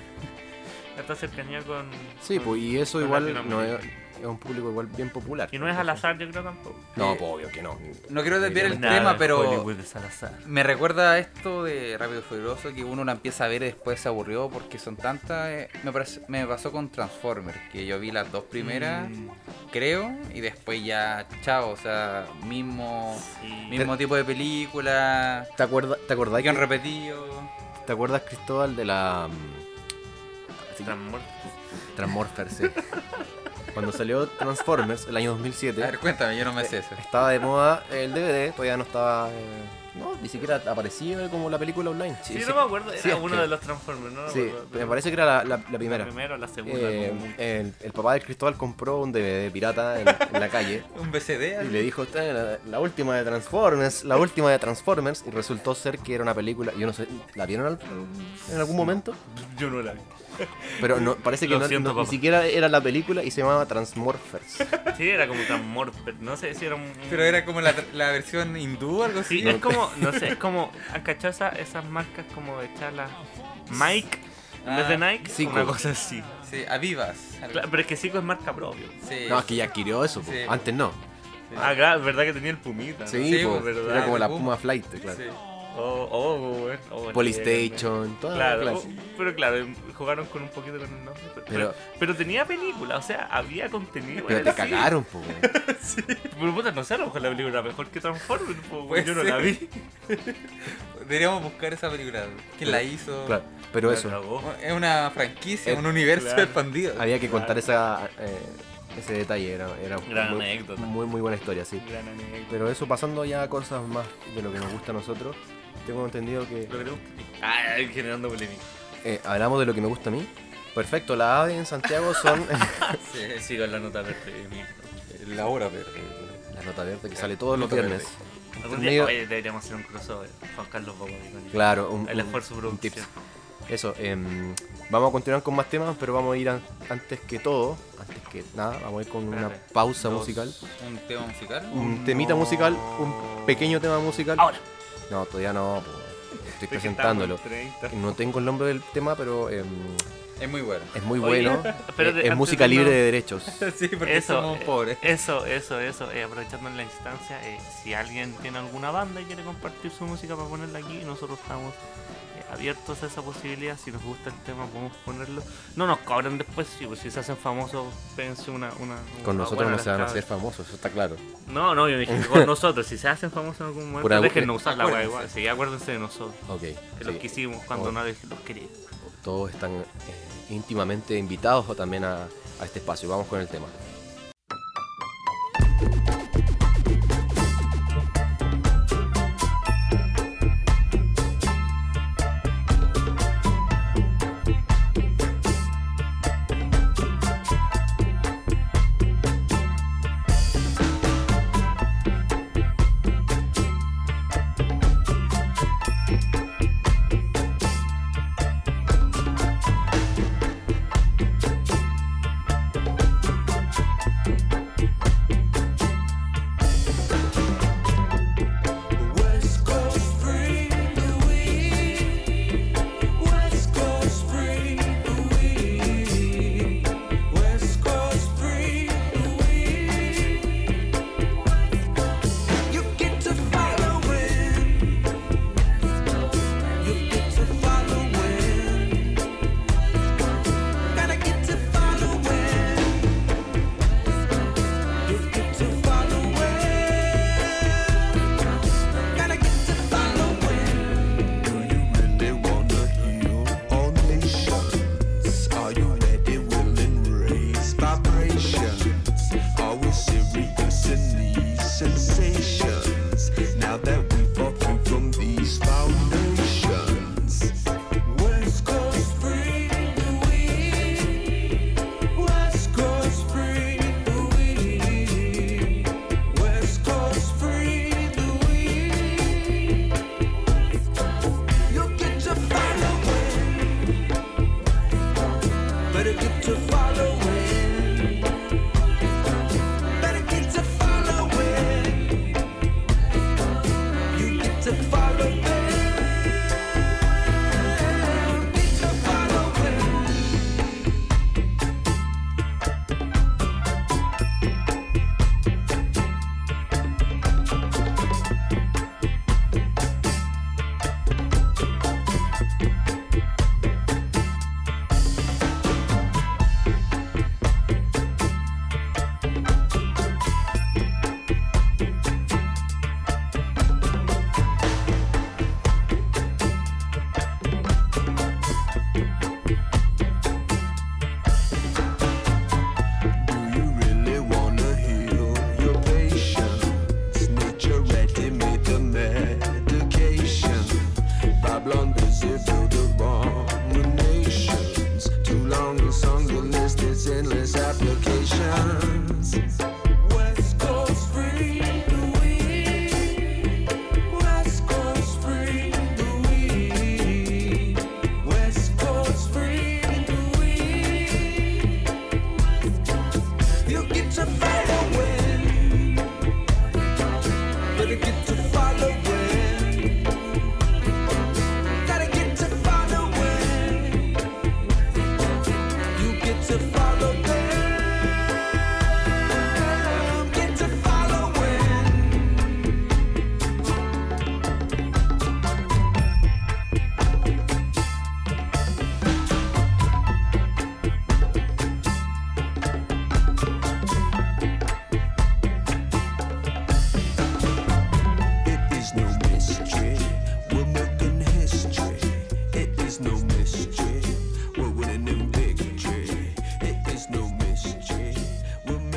Esta cercanía con. Sí, con- pues y eso con igual no Latinoamérica. es, es un público igual bien popular. Y no es al azar, yo creo tampoco. No, Eh, pues obvio que no. No quiero desviar el Evidentemente. tema, pero Hollywood es al azar. me recuerda a esto de Rápido y Furioso, que uno la empieza a ver y después se aburrió porque son tantas. eh, me, parece- me pasó con Transformers, que yo vi las dos primeras, Mm, creo, y después ya, chao, o sea, mismo, sí. mismo tipo de película, ¿Te acuerdas, te acordás, guión que- repetido. ¿te acuerdas, Cristóbal, de la mm, Transmor- Transmorphers? Sí. Cuando salió Transformers, el año dos mil A siete, ver, cuéntame, yo no me sé eso. estaba de moda el D V D, todavía no estaba... eh, no, ni siquiera aparecía como la película online. Sí, no me acuerdo, era sí, es uno que- de los Transformers, ¿no? Sí, acuerdo, me parece que era la, la- la La primera. primera o la segunda. Eh, como- el, el papá de Cristóbal compró un D V D pirata en, en la calle Un B C D. y algo? le dijo, "Esta es la, la última de Transformers, la última de Transformers", y resultó ser que era una película, yo no sé, ¿la vieron al- en algún momento? Yo no la vi. Pero no, parece que Lo no- siento, no- ni papá. siquiera era la película y se llamaba Transmorphers. Sí, era como Transmorpher, no sé si era un... Pero era como la, la versión hindú o algo así. Sí, es como, no sé, es como, ¿han cachado esa- esas marcas como de charla Mike en vez de Ah, Nike? Zico. Una cosa así. Sí, Avivas. algo Claro, pero es que Zico es marca propia. Sí. No, es que ya adquirió eso, po. Sí. Antes no. Sí. Ah, claro, verdad que tenía el Pumita. ¿no? Sí, Sí, po, pues, verdad. era como la Puma. Puma Flight, claro. Sí. Oh, oh, güey. Oh, Polystation, toda la Claro, clase. oh, pero claro, jugaron con un poquito con el nombre. Pero, Pero- pero tenía película, o sea, había contenido. Pero era te así. cagaron, po. Pero puta, no sé, a lo mejor la película era mejor que Transformers, po, güey, Puede yo no ser. la vi. Deberíamos buscar esa película. ¿Quién la hizo? Claro, pero La eso, cagó. Es una franquicia, Eh, un universo claro. expandido. había que contar esa... eh, ese detalle, era, era Gran muy, anécdota. muy, muy buena historia, sí. Gran anécdota. Pero eso, pasando ya a cosas más de lo que nos gusta a nosotros, tengo entendido que Lo que te gusta. Ah, generando polémica. eh, hablamos de lo que me gusta a mí. Perfecto, las aves en Santiago son Sí, sigo en la nota verde. mi- La hora verde. la nota verde que sale todos los Nota viernes. Algún En día, medio- oye, deberíamos hacer un crossover. Juan Carlos Bobo. Claro, un, El un- esfuerzo un productivo. tips. Eso, em, vamos a continuar con más temas, pero vamos a ir an- antes que todo, antes que nada, vamos a ir con una Espérate. pausa Dos. musical. ¿Un tema musical? Un temita musical, un pequeño tema musical. Ahora. No, todavía no, po. estoy que presentándolo. estamos en treinta. No tengo el nombre del tema, pero em, Es muy bueno. es muy Oye, bueno. espérate, es es antes música de libre no- de derechos. Sí, porque Eso, somos eh, pobres. Eso, eso, eso. Eh, aprovechando la instancia, eh, si alguien tiene alguna banda y quiere compartir su música para ponerla aquí, nosotros estamos eh, abiertos a esa posibilidad. Si nos gusta el tema, podemos ponerlo. No nos cobran después, sí, pues si se hacen famosos, péguense una, una, Con una nosotros buena no se van a cascada. hacer famosos, eso está claro. No, no, yo dije que con nosotros. Si se hacen famosos en algún momento, Por algún- déjennos usar la wea acuérdense. igual. Sí, acuérdense de nosotros, Ok. que los sí. quisimos cuando Oh. nadie los quería. Todos están eh, íntimamente invitados o también a, a este espacio. Vamos con el tema. West Coast free, we. West Coast free, we. West Coast free, we. You get to following. You get to following. Gotta get to following. You get to following. Gotta get to following. Do you really wanna heal all nations? Are you ready, willing, raise vibrations? Are we serious in these sensations? Now that we fall free from these foundations, West Coast free, we. West Coast free, we. West Coast free, we. You get to following. Better get to following. Better get to following. You get to following. Get to following. do you really wanna heal your patients? Nature ready made the medication. Babylon busy build abominations. Too long is on the list, it's endless applications. West Coast free, we. West Coast free, we. West Coast free, we. You get to following. Better get to following. Gotta get to following. You get to following. Get to following. It is no mystery, we're making history. It is no mystery, we're winning in victory. It is no mystery, we're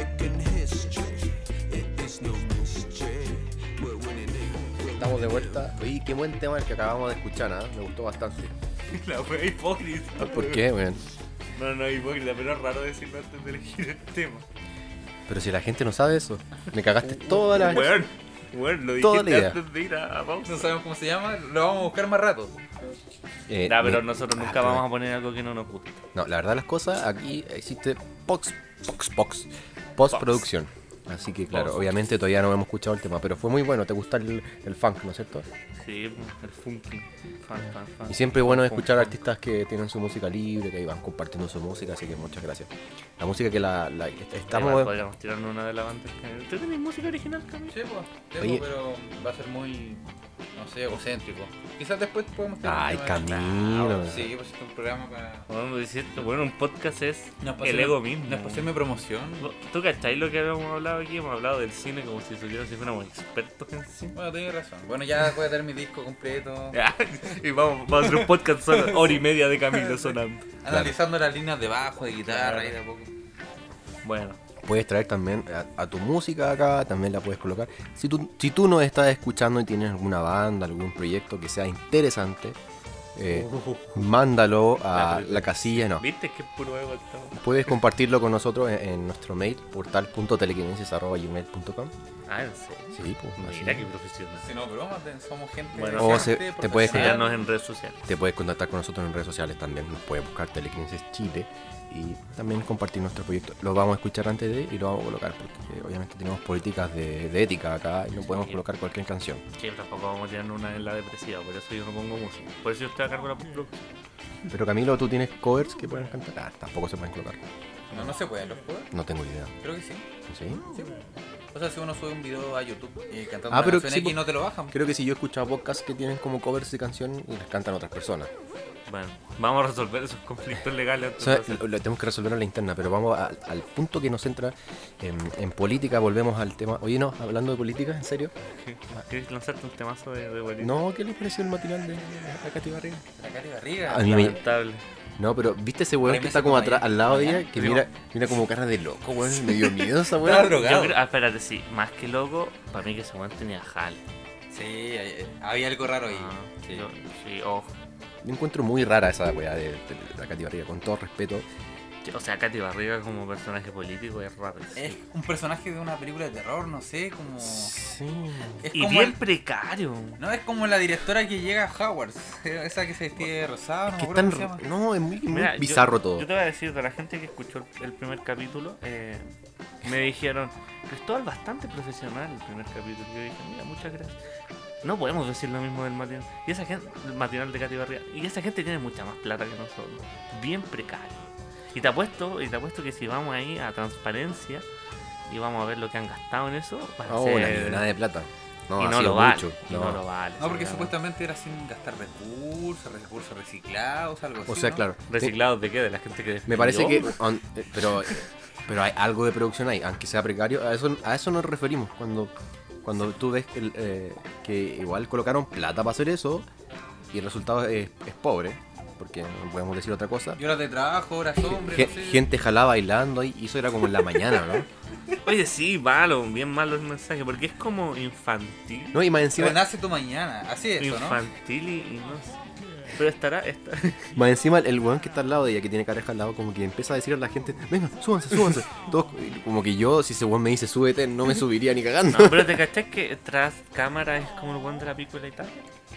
música. Oye, qué buen tema el que acabamos de escuchar, ¿ah? Me gustó bastante. La wea hipócrita. ¿Por qué, weón? No, no, hipócrita, pero es raro decirlo antes de elegir el tema. Pero si la gente no sabe eso, me cagaste toda la... Weón, weón, lo Toda la dijiste idea. antes de ir a, a pausa. No sabemos cómo se llama, lo vamos a buscar más rato. Eh, Nah, pero me- nosotros Ah, nunca pero- vamos a poner algo que no nos guste. No, la verdad de las cosas, aquí existe pox, pox, pox, postproducción. Así que claro, Post. obviamente todavía no hemos escuchado el tema, pero fue muy bueno, te gusta el, el funk, ¿no es cierto? Sí, el funky. Fan, fan, fan. Y siempre es bueno escuchar Funk, artistas que tienen su música libre, que ahí van compartiendo su música, así que muchas gracias. La música que la, la- Igual estamos... podríamos tirarnos una de las bandas que... ¿Tú tenés música original, Camilo? Sí, pues, Oye. pero va a ser muy, no sé, egocéntrico. Quizás después podemos tener un Ay, tema de- Camilo. Sí, pues es un programa para... Bueno, decirte, bueno, un podcast es No es para el hacerme- ego mismo. No es para hacerme promoción. ¿Tú cachai lo que habíamos hablado aquí? Hemos hablado del cine como si supiéramos si fuéramos expertos en cine. Bueno, tienes razón. Bueno, ya voy a tener mi disco completo. Ya, y vamos, vamos a hacer un podcast solo, hora y media de Camilo sonando. Analizando las líneas de bajo, de guitarra y de a poco. Bueno, Puedes traer también a, a tu música acá, también la puedes colocar. Si tú, si tú nos estás escuchando y tienes alguna banda, algún proyecto que sea interesante, eh, mándalo a la casilla, no. ¿viste que es puro ego estamos? Puedes compartirlo con nosotros en, en nuestro mail, portal punto telequinesis arroba gmail punto com. Ah, en serio. Sí, pues así. Mira qué profesional. Si no, broma, te- somos gente. Bueno, O se- decente, te puedes profesional. Síganos en redes sociales. Te puedes contactar con nosotros en redes sociales también. Nos puedes buscar Telequinesis Chile y también compartir nuestro proyecto. Lo vamos a escuchar antes de y lo vamos a colocar porque eh, obviamente tenemos políticas de, de ética acá y no podemos colocar cualquier canción. Sí, tampoco vamos a tirar una en la depresiva, por eso yo no pongo música. Por eso yo estoy a cargo de la postproducción. Pero Camilo, ¿tú tienes covers que pueden cantar? Ah, tampoco se pueden colocar. No, no se pueden los juegos. No tengo idea. Creo que sí. ¿Sí? Sí. O sea, si uno sube un video a YouTube y cantando Ah, una pero canción sí, X po- no te lo bajan. Creo que sí, yo he escuchado podcasts que tienen como covers de canción y las cantan otras personas. Bueno, vamos a resolver esos conflictos legales O antes sea, de hacer- lo, lo tenemos que resolver a la interna, pero vamos a- al punto que nos centra en, en política. Volvemos al tema. Oye, no, hablando de política, ¿en serio? ¿Quieres lanzarte un temazo de, de bolita? No, ¿qué les pareció el matinal de la Katy Barriga? La cara y barriga. A mí me- Lamentable. No, pero ¿viste ese weón que Remesa está como como atrás, ahí. al lado de Ajá. ella? Que Sí, mira, mira como cara de loco, weón. Me dio miedo esa Estaba weón. drogado. Yo creo, ah, espérate, sí, más que loco, para mí que ese weón tenía jale. Sí, hay- había algo raro ahí. Ah, Sí. yo- sí, ojo. Yo encuentro muy rara esa weá de, de la Katy Barriga, con todo respeto. O sea, Katy Barriga como personaje político es raro. Es un personaje de una película de terror, no sé, como... Sí. Es Y como bien el- precario. No, es como la directora que llega a Hogwarts. Esa que se vestía de rosado, no me Que acuerdo tan, cómo se llama. no, es muy, muy Mira, yo- bizarro todo. Yo te voy a decir, de la gente que escuchó el, el primer capítulo, eh, me dijeron, Cristóbal bastante profesional el primer capítulo. Yo dije, mira, muchas gracias. No podemos decir lo mismo del matinal. Y esa gente, el matinal de Katy Barriga. Y esa gente tiene mucha más plata que nosotros. Bien precario. Y te apuesto, y te apuesto que si vamos ahí a transparencia y vamos a ver lo que han gastado en eso, va a Oh, ser... una millonada de plata. No, y ha no sido lo vale. mucho. Y no, lo vale. No, porque sí, supuestamente era sin gastar recursos, recursos reciclados, algo así. O sea, ¿no? claro. ¿Reciclados de qué? ¿De la gente que Me parece que. despidió? on- eh, pero, pero hay algo de producción ahí, aunque sea precario. A eso, a eso nos referimos. Cuando, cuando tú ves que, el, eh, que igual colocaron plata para hacer eso y el resultado es, es pobre, porque no podemos decir otra cosa. Y horas de trabajo, horas hombre, Ge- no sé. gente jalaba bailando ahí, y eso era como en la mañana, ¿no? Oye, sí, malo, bien malo el mensaje, porque es como infantil. No, y más encima, Renace tu mañana, así es eso, ¿no? infantil y, y no sé. Pero estará, está... más encima el weón que está al lado de ella, que tiene careja al lado, como que empieza a decir a la gente, venga, súbanse, súbanse. Todos, como que yo, si ese weón me dice súbete, no me subiría ni cagando. No, pero te cachás que tras cámara es como el weón de la película Italia.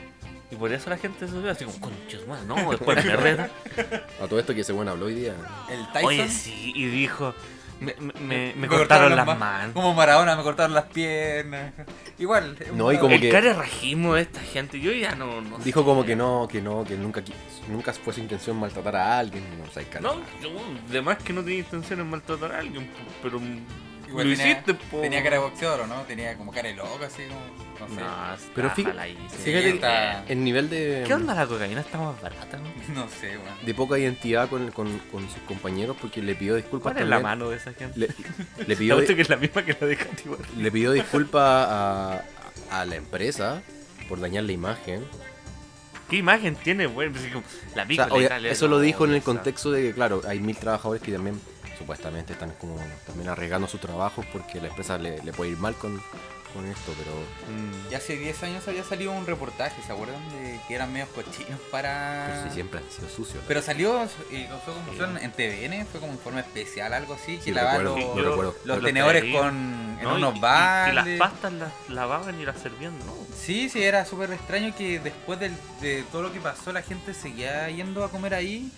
Y por eso la gente subió así como, conchos, man, no, después me reta. A todo esto que ese weón habló hoy día. El Tyson. Oye, sí, y dijo, me, me, me- me cortaron las ma- manos. Como Maradona, me cortaron las piernas. Igual. es No, y una- como El que- carerrajismo de esta gente, yo ya no, no Dijo sé. como que no, que no, que nunca, qui- nunca fue su intención maltratar a alguien. No, o sea, No, yo, de más que no tenía intención de maltratar a alguien, po, pero Igual lo tenía, hiciste, po. tenía cara de boxeador, ¿o no? Tenía como cara de loco, así como. No sé. No, Pero está fí- jaladísimo. fíjate está- el nivel de, ¿Qué onda la cocaína? Está más barata, ¿no? No sé, weón. de poca identidad con, con, con sus compañeros porque le pidió disculpas ¿Cuál es la también. mano de esa gente? Le, le Te pidió, apuesto que es la misma que la de Katy Barriga. le pidió disculpas a, a la empresa por dañar la imagen. ¿Qué imagen tiene, güey? Pues, como, la O sea, pícola obvia- Italia, eso lo no, dijo en el o sea, contexto de que, claro, hay mil trabajadores que también supuestamente están como también arriesgando sus trabajos porque la empresa le, le puede ir mal con, con esto, pero Mm. Y hace diez años había salido un reportaje, ¿se acuerdan? De que eran medios cochinos para... pues sí, siempre han sido sucios. Pero salió y causó conmoción en T V N, fue como un informe especial, algo así, que Sí, lavaban recuerdo, los, yo Yo- recuerdo. los lo tenedores traía. con, en No, y- unos y- y, baldes. las pastas las lavaban y las servían, ¿no? Sí, sí, era súper extraño que después del- de todo lo que pasó la gente seguía yendo a comer ahí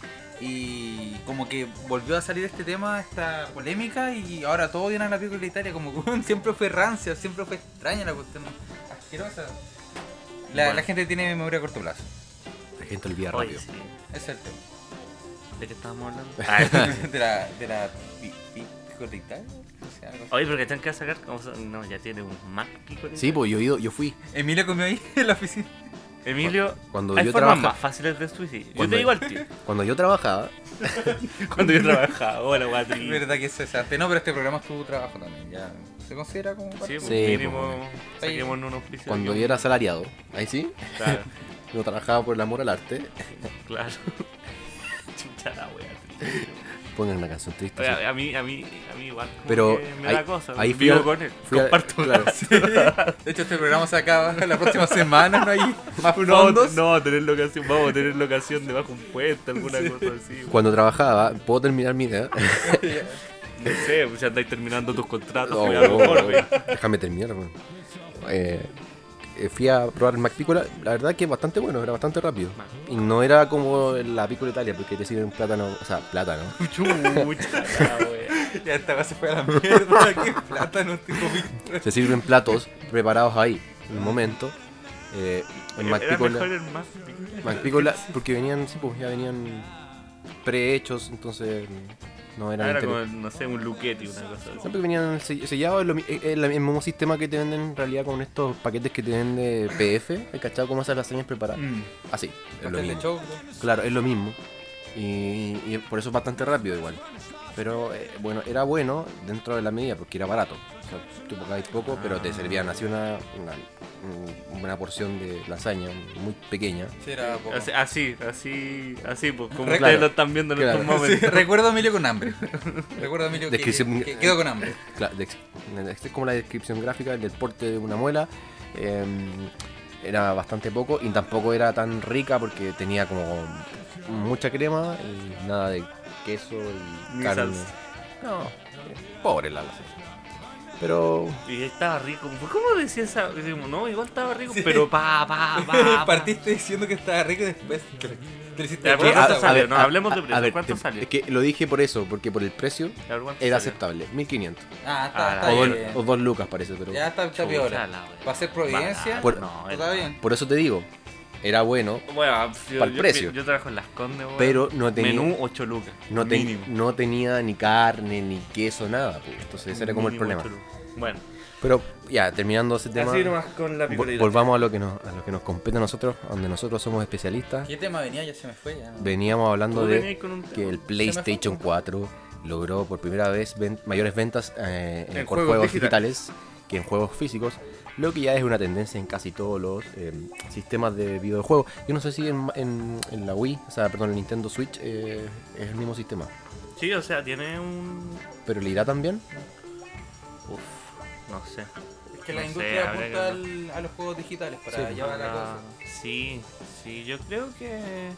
y como que volvió a salir este tema, esta polémica y ahora todo viene a la película de Italia, como que siempre fue rancia, siempre fue extraña la cuestión, asquerosa. La, Bueno. la gente tiene memoria a corto plazo, La gente olvida Oye, rápido. sí. ese es el tema. ¿De qué estábamos hablando? de la, de la pi- pi- pico de Italia, no sé, algo así. Oye, pero que tienen que sacar, como se- no, ya tiene un Mac pico. Sí, pues yo he ido, yo fui. Emilio comió ahí en la oficina. Emilio, Cuando hay yo formas trabaja- más fáciles de suicidio. Yo Cuando- te digo al tío. Cuando yo trabajaba, Cuando yo trabajaba, hola, Es guatri. verdad que eso es arte. No, pero este programa es tu trabajo también, ya se considera como parte. Sí, pues, Sí, mínimo, pues, saquemos un oficio. cuando aquí, yo era asalariado, ahí sí, Claro, yo trabajaba por el amor al arte. claro. Chucha la wea. Pongan una canción triste. Oye, sí. a mí, a mí, a mí igual como Pero que me ahí- da cosa. ahí fui vivo al- con él, fui al- comparto claro. De hecho, este programa se acaba la próxima semana, no hay más No, fondos. no, vamos a tener locación, vamos a tener locación debajo un puente, alguna cosa así. Cuando trabajaba, ¿puedo terminar mi idea? No sé, pues ya andáis terminando tus contratos, No, pues, a lo mejor, güey. déjame terminar, weón. Eh, eh, fui a probar el McPicola, la verdad que es bastante bueno, era bastante rápido. Y no era como la Piccola Italia, porque te sirven plátano, o sea, plátano. Chucha la wea. Ya esta cosa se fue a la mierda. Qué plátano te comiste. Se sirven platos preparados ahí, en el momento. Eh, el Era mejor McPicola, el Mac. McPicola, porque venían, sí, pues ya venían prehechos, entonces no eran Ah, Era interior- como, no sé, un luquetti, una cosa así. Siempre venían sell- sellados, es, lo mi- es el mismo sistema que te venden en realidad con estos paquetes que te venden de P F, ¿hay cachado cómo hacer las señas preparadas? Mm. Así, es lo Pastel de mismo. choclo. Claro, es lo mismo. Y, y por eso es bastante rápido igual. Pero eh, bueno, era bueno dentro de la medida porque era barato. O sea, tú pagabas poco, pero te servían así una, una, una porción de lasaña muy pequeña. Sí, era poco. Así, así, así, así, pues como Re- ustedes claro. lo están viendo en Claro. estos Sí, momentos. recuerdo a Emilio con hambre. Recuerdo a Emilio que, Descripción- que quedó con hambre. Claro, de- es como la descripción gráfica del porte de una muela. eh, era bastante poco y tampoco era tan rica porque tenía como mucha crema y nada de queso y Ni carne. salsa. No, eh, pobre la lasaña. Pero Y estaba rico. ¿Cómo decía esa? Decimos, no, igual estaba rico, pero pa, pa, pa. pa. Partiste diciendo que estaba rico y después te, te lo hiciste Ya, de pero bolsa, ¿cuánto güey. salió? No, hablemos de precio. ¿Cuánto te- salió? Es que lo dije por eso, porque por el precio A ver, ¿cuánto era salió? aceptable, mil quinientos. Ah, Ah, está, está O, dos- bien. o dos lucas parece, pero Ya está, está Chucha piola. la wea. Para hacer Providencia, Por- No, está era- bien. por eso te digo, era bueno, Bueno, yo, Pa'l yo- precio. Yo, trabajo en Las Condes, weón. pero no tenía Menú ocho lucas. no, te- mínimo. no tenía ni carne, ni queso, nada. Pues. Entonces ese era como el Mínimo problema. ocho lucas. Bueno, Pero ya, terminando ese tema, así nomás con la vo- picolita. volvamos a lo, que nos, a lo que nos compete a nosotros, donde nosotros somos especialistas. ¿Qué tema venía? Ya se me fue. Ya no. Veníamos hablando Tú de venías con un tema. que el PlayStation cuatro logró por primera vez ven- mayores ventas eh, En por juegos juegos digitales. digitales que en juegos físicos, lo que ya es una tendencia en casi todos los eh, sistemas de videojuegos. Yo no sé si en, en- en la Wii, o sea, perdón, el Nintendo Switch eh, es el mismo sistema, Sí, o sea, tiene un. pero ¿le irá también? Uf, no sé. Es que la No sé, industria habría apunta que- al- a los juegos digitales para Sí. llevar la Ah, cosa. sí, sí, yo creo que.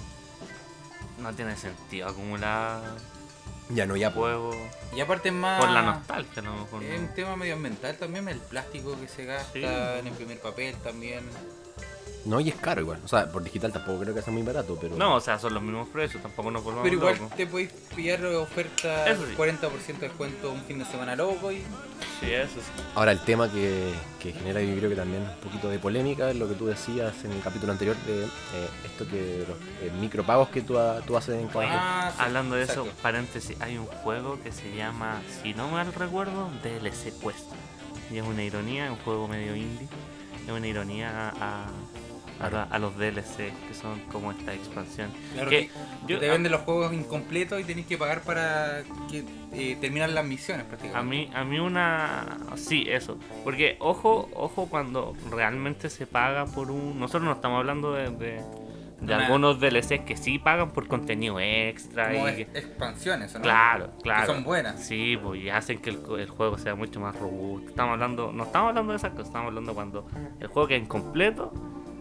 No tiene sentido acumular Ya no, ya pues. juegos Y aparte es más... por la nostalgia, a lo mejor. Es ¿no? un tema medioambiental también, el plástico que se gasta Sí. en imprimir papel también. No, y es caro igual. O sea, por digital tampoco creo que sea muy barato, pero... No, o sea, son los mismos precios, tampoco nos volvamos Pero igual locos. te podéis pillar oferta Eso sí. cuarenta por ciento de descuento un fin de semana loco y... Sí, eso sí. Ahora el tema que, que genera yo creo que también un poquito de polémica es lo que tú decías en el capítulo anterior de eh, esto que los eh, micropagos que tú, ha- tú haces en cada Oye, juego. Ah, sí, hablando de eso, exacto. paréntesis, hay un juego que se llama, si no mal recuerdo, D L C Quest. Y es una ironía, es un juego medio indie. Es una ironía a, a, la- a los D L C, que son como esta expansión. Claro que que, yo- te venden los juegos incompletos y tenés que pagar para que eh, terminar las misiones prácticamente. A mí, a mí una... Sí, eso. Porque ojo, ojo cuando realmente se paga por un... Nosotros no estamos hablando de, de, de Una- algunos D L Cs que sí pagan por contenido extra. Como y es- que- expansiones, ¿o ¿no? Claro, claro. Que son buenas. Sí, pues y hacen que el, co- el juego sea mucho más robusto. Estamos hablando, no estamos hablando de esas cosas, estamos hablando cuando el juego queda incompleto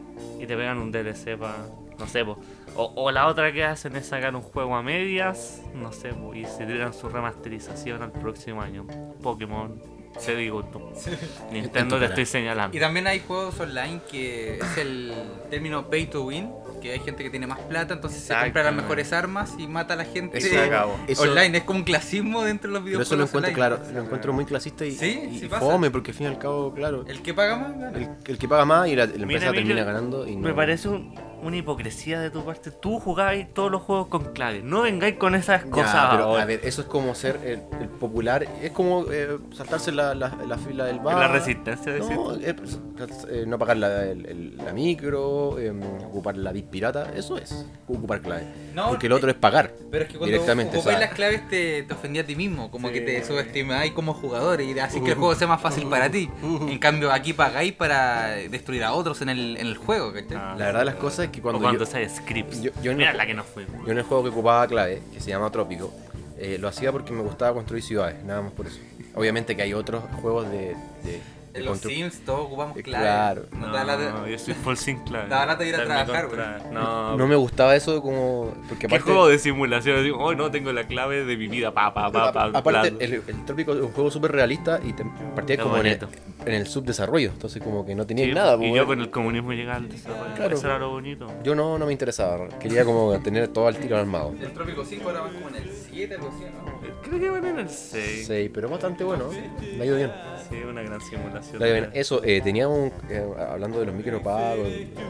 y te pegan un D L C para, no sé, pues. O, o la otra que hacen es sacar un juego a medias, no sé, pues, y se tiran su remasterización al próximo año. Pokémon, te digo tú. Nintendo te estoy señalando. Y también hay juegos online que es el término pay to win, que hay gente que tiene más plata, entonces se compra las Exactamente. mejores armas y mata a la gente Eso- Se acabó. eso- online. Es como un clasismo dentro de los Pero videojuegos. eso lo encuentro, online. claro, lo encuentro muy clasista y, Sí, y sí pasa. fome, porque al fin y al cabo, claro, El que paga más gana. el, el que paga más y la, la Mira, empresa Emilio, termina ganando y no... Me parece un- una hipocresía de tu parte. Tú jugabas todos los juegos con clave. No vengáis con esas Ya, cosas pero ahora. a ver, eso es como ser el, el popular, es como eh, saltarse la, la, la fila del bar. La resistencia, decir. No, eh, pues, eh, no pagar la, el- el- la micro, eh, ocupar la bit pirata, eso es ocupar clave. No, Porque el otro es pagar Pero es que cuando directamente. o ocupáis sea, las claves te, te ofendía a ti mismo, como Sí. que te subestimáis como jugador y así que el juego sea más fácil para ti. En cambio aquí pagáis para destruir a otros en el, en el juego, ¿cachai? Ah, la verdad de las cosas es que cuando, o cuando yo, sale scripts. yo- yo no- Mira la que nos fue. yo en el juego que ocupaba clave, que se llama Trópico, eh, lo hacía porque me gustaba construir ciudades, nada más por eso. Obviamente que hay otros juegos de... de, de En los constru- Sims todos ocupamos Eh, clave. claro. No, No, da lata- yo soy full sin clave. Da lata ir a Estarme trabajar, contra- güey. No, No me gustaba eso como... Porque ¿qué aparte, juego de simulación? Digo, oh, no, tengo la clave de mi vida. Pa, pa, pa, pa, a- aparte bla. el, el Trópico es un juego súper realista y te partía Qué como en el, bonito. en el subdesarrollo, entonces como que no tenía Sí, nada. Y pues, yo con el comunismo llegaba al desarrollo. Claro. Eso era lo bonito. Yo no, no me interesaba, quería como tener todo al tiro armado. El Trópico cinco ahora van como en el siete, algo así, ¿no? Creo que van en el seis. Sí, pero es bastante bueno, me ha ido bien. Sí, una gran simulación. Le ha ido bien. Eso, eh, teníamos, eh, hablando de los micropagos,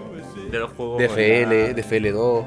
De los juegos. D F L, online, D F L dos,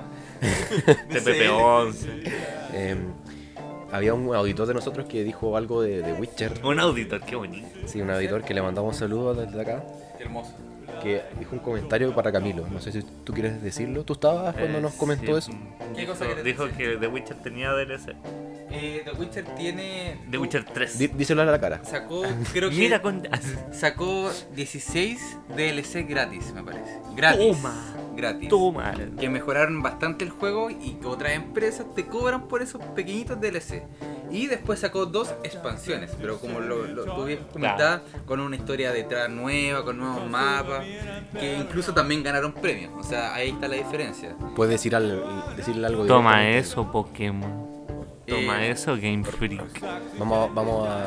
de P P once. eh, había un auditor de nosotros que dijo algo de, de Witcher, Un auditor, qué bonito. sí, un auditor que le mandamos saludos desde acá, Qué hermoso. que dijo un comentario para Camilo, no sé si tú quieres decirlo, ¿tú estabas cuando Eh, nos comentó sí, eso? ¿Qué dijo- cosa querés Dijo decir? que The Witcher tenía D L C. Eh, The Witcher tiene... The Witcher tres. Dí- díselo a la cara. Sacó, creo que... Mira con. Sacó dieciséis D L C gratis, me parece. Gratis. Toma. Gratis. Toma. Que mejoraron bastante el juego y que otras empresas te cobran por esos pequeñitos D L C. Y después sacó dos expansiones, pero como lo, lo tú habías comentado, con una historia detrás nueva, con nuevos mapas, que incluso también ganaron premios. O sea, ahí está la diferencia. Puedes decir al, decirle algo Toma directamente. eso, Pokémon. Toma Eh, eso, Game Freak. Vamos, vamos a,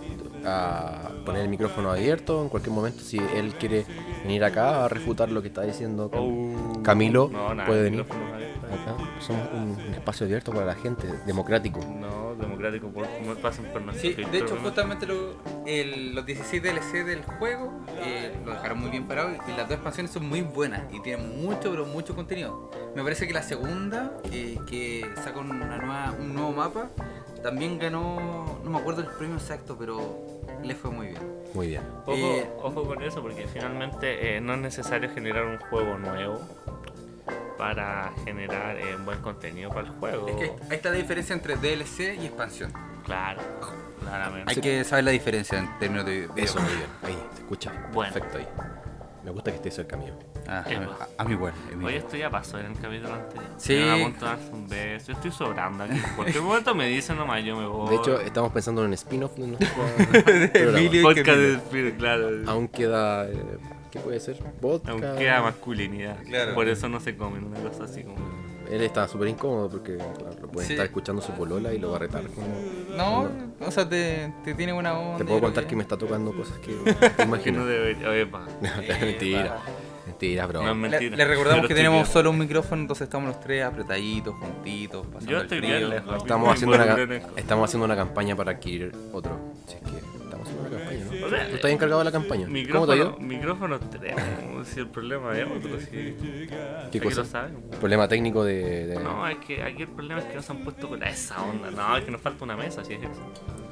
a poner el micrófono abierto en cualquier momento. Si él quiere venir acá a refutar lo que está diciendo Cam- Camilo, Oh. No, nada, puede venir. micrófono abierto. Acá somos un, un espacio abierto para la gente, democrático. No, democrático, por no pasen por nuestro Sí, filtro, de hecho ¿no? justamente lo- el- los dieciséis D L C del juego eh, lo dejaron muy bien parado y las dos expansiones son muy buenas y tienen mucho, pero mucho contenido. Me parece que la segunda, eh, que saca una nueva, un nuevo mapa, también ganó, no me acuerdo el premio exacto, pero le fue muy bien. Muy bien. Ojo, Eh, ojo con eso, porque finalmente eh, no es necesario generar un juego nuevo para generar eh, buen contenido para el juego. Es que ahí está la diferencia entre D L C y expansión. Claro, claramente. Hay que saber la diferencia en términos de Eso, videojuegos. muy bien. Ahí, se escucha. Bueno. Perfecto ahí. Me gusta que esté cerca mío. Ah, Eh, a, a mí igual. a mí Oye, igual. esto ya pasó en el capítulo anterior. Sí. Me van a punto de darse un beso. Yo estoy sobrando aquí. En cualquier momento me dicen nomás, yo me voy. De hecho, estamos pensando en un spin-off de nuestro programa. Emilio. podcast Camilo. de espíritu, claro. Aún queda. eh, ¿Qué puede ser? Vodka. Aún queda masculinidad. Claro. Por eso no se comen una cosa así como. Él está súper incómodo porque claro, lo puede Sí. estar escuchando su polola y lo va a retar. Como, No, o sea, te, te tiene buena onda. te yo puedo creo contar que- que me está tocando cosas que te Que no imaginas. debería. Oye, pa. Mentira. Mentira, bro. No es Le, mentira. le recordamos Pero que estoy tenemos bien. solo un micrófono, entonces estamos los tres apretaditos, juntitos, pasando Yo el estoy frío. bien lejos. Estamos Muy haciendo, una, bueno, ca- bien lejos. estamos haciendo una campaña para adquirir otro. Si es que estamos haciendo una campaña, ¿no? O sea, ¿Tú estás encargado de la campaña? ¿Cómo te ha Micrófono, ido? micrófono tenemos, si el problema es otro, si ¿Qué aquí cosa? lo saben. Problema técnico de. de- No, es que aquí el problema es que no se han puesto con esa onda. No, es que nos falta una mesa, si es eso.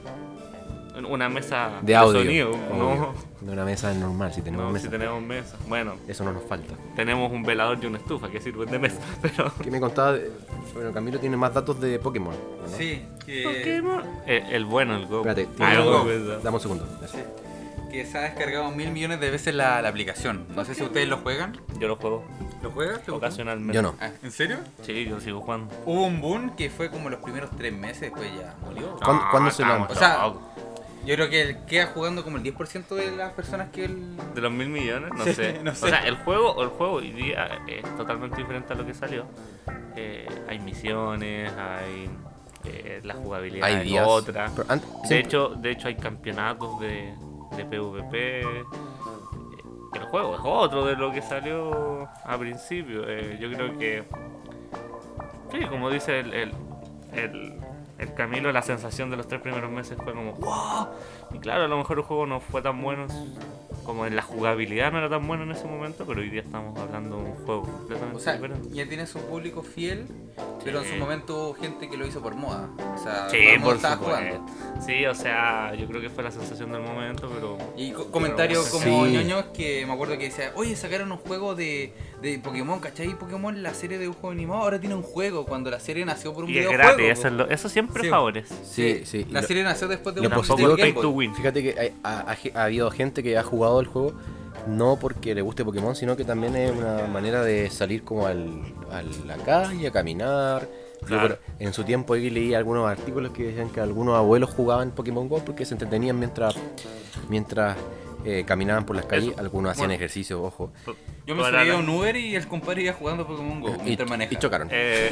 Una mesa de audio. sonido. No, obvio. De una mesa normal, si tenemos no mesa. si tenemos mesa. Bueno, Eso no nos falta. tenemos un velador y una estufa que sirven de mesa, pero... ¿Qué me contaba? de- Bueno, Camilo tiene más datos de Pokémon. ¿no? Sí, que... Pokémon. Eh, el bueno, el Go. Espérate, Ah, el tiene- Go, ¿verdad? dame un segundo. Sí. que se ha descargado mil millones de veces la, la aplicación. No sé si ustedes lo juegan. Yo lo juego ¿Lo juegas? ¿Te gusta? ocasionalmente. Yo no. Ah, ¿en serio? Sí, yo sigo jugando. Hubo un boom que fue como los primeros tres meses, después ya murió. ¿Cuándo- No, cuándo se estamos lanzó? O sea, locos. Yo creo que queda jugando como el diez por ciento de las personas que él... De los mil millones, no Sí, sé. no sé. O sea, el juego, el juego hoy día es totalmente diferente a lo que salió. Eh, hay misiones, hay eh, la jugabilidad Hay es días. otra. Pero an- De siempre- hecho, de hecho hay campeonatos de, de PvP. Eh, El juego es otro de lo que salió a principio. Eh, yo creo que sí, como dice el, el, el, el Camilo, la sensación de los tres primeros meses fue como ¡wow! Y claro, a lo mejor el juego no fue tan bueno como en la jugabilidad, no era tan bueno en ese momento, pero hoy día estamos hablando de un juego completamente O sea, diferente. ya tiene su público fiel, pero en Sí. su momento hubo gente que lo hizo por moda. O sea, todo Sí, el mundo por estaba supuesto. jugando. Sí, o sea, yo creo que fue la sensación del momento, pero Y co- comentarios Pero, como sí. ñoños que me acuerdo que decía, oye, sacaron un juego de, de Pokémon, ¿cachai? Pokémon, la serie de un juego animado, ahora tiene un juego, cuando la serie nació por un y es videojuego. gratis, po. eso, es lo- eso siempre Sí. favorece. Sí, sí. La Lo- serie nació después de lo un Tampoco positivo es que- pay to win. Fíjate que hay- ha, ha- ha habido gente que ha jugado el juego no porque le guste Pokémon, sino que también es una manera de salir como al, a la calle, a caminar. Yo, Claro. pero en su tiempo ahí leí algunos artículos que decían que algunos abuelos jugaban Pokémon Go porque se entretenían mientras mientras eh, caminaban por las calles. Eso. Algunos hacían Bueno. ejercicio, ojo. Yo me Para subí a la- un Uber y el compadre iba jugando Pokémon Go Y, mientras maneja. y chocaron.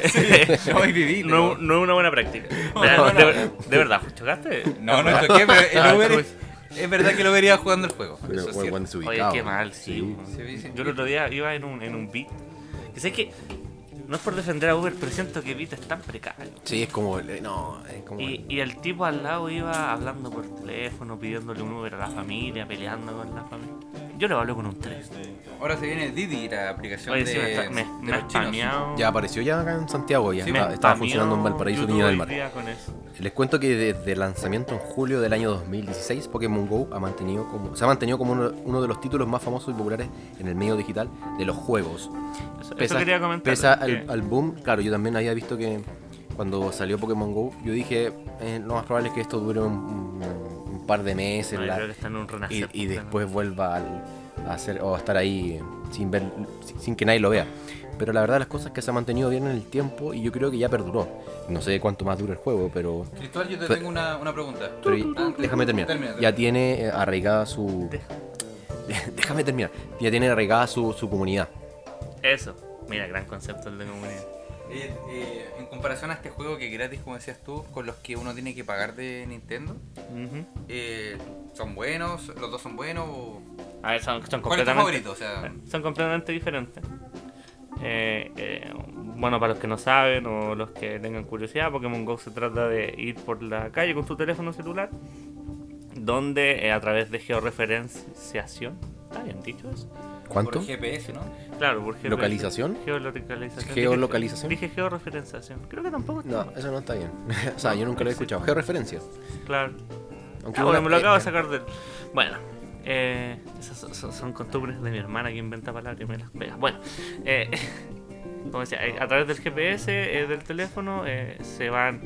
Eh, No, y viví, no, pero- no es una buena práctica. No, de, no, no. de- de verdad, ¿chocaste? No, no choqué, pero Ah, el Uber tú- es, es verdad que lo vería jugando el juego. Pero, Eso es bueno, cierto. cuando se Oye, ubicaba. qué mal, sí. Sí. weón. Sí, sí. Yo el otro día iba en un, en un beat. Que sé que no es por defender a Uber, pero siento que Beat es tan precario. Sí, es como. eh, No, es como. Y, y el tipo al lado iba hablando por teléfono, pidiéndole un Uber a la familia, peleando con la familia. Yo le hablo con un tres. Ahora se viene Didi, la aplicación Oye, de, sí, me, está- me, de me ha los chinos. spameado. Ya apareció ya acá en Santiago, ya Sí, estaba, me estaba spameó funcionando en Valparaíso, YouTube Viña del hoy Mar. día con eso. Les cuento que desde el lanzamiento en julio del año dos mil dieciséis, Pokémon Go ha mantenido como, se ha mantenido como uno, uno de los títulos más famosos y populares en el medio digital de los juegos. Eso, eso Pese, quería comentar. pese al, que- al boom, claro, yo también había visto que cuando salió Pokémon Go, yo dije, eh, lo más probable es que esto dure un, un- un par de meses no, yo la- creo que está en un y, renacer. y después vuelva al- a hacer o a estar ahí eh, sin ver, sin, sin que nadie lo vea. Pero la verdad las cosas es que se ha mantenido bien en el tiempo y yo creo que ya perduró. No sé cuánto más dura el juego, pero, Cristóbal, yo te Pero- tengo una, una pregunta. pero Antes- déjame terminar. termina, Ya termina. tiene eh, arraigada su déjame terminar. Ya tiene arraigada su, su comunidad. Eso. Mira, gran concepto el de comunidad. Eh, eh, en comparación a este juego que es gratis, como decías tú, con los que uno tiene que pagar de Nintendo, Ujú. eh, ¿son buenos? ¿Los dos son buenos? O... A ver, son, son ¿Cuál es tu completamente. favorito? O sea, Son completamente diferentes. Eh, eh, bueno, para los que no saben o los que tengan curiosidad, Pokémon Go se trata de ir por la calle con tu teléfono celular, donde eh, a través de georreferenciación, ¿está bien dicho eso? ¿Cuánto? por G P S, ¿no? Claro, por G P S. ¿Localización? Geolocalización. ¿Geolocalización? Dije, dije georreferenciación. Creo que tampoco está No, mal. eso no está bien. O sea, yo nunca lo he escuchado. Georreferencia. Claro. Aunque Ah, bueno, una- me lo acabo de eh, sacar del. Bueno, eh, esas son, son- son costumbres de mi hermana que inventa palabras y me las pega. Bueno, eh, como decía, eh, a través del G P S eh, del teléfono eh, se van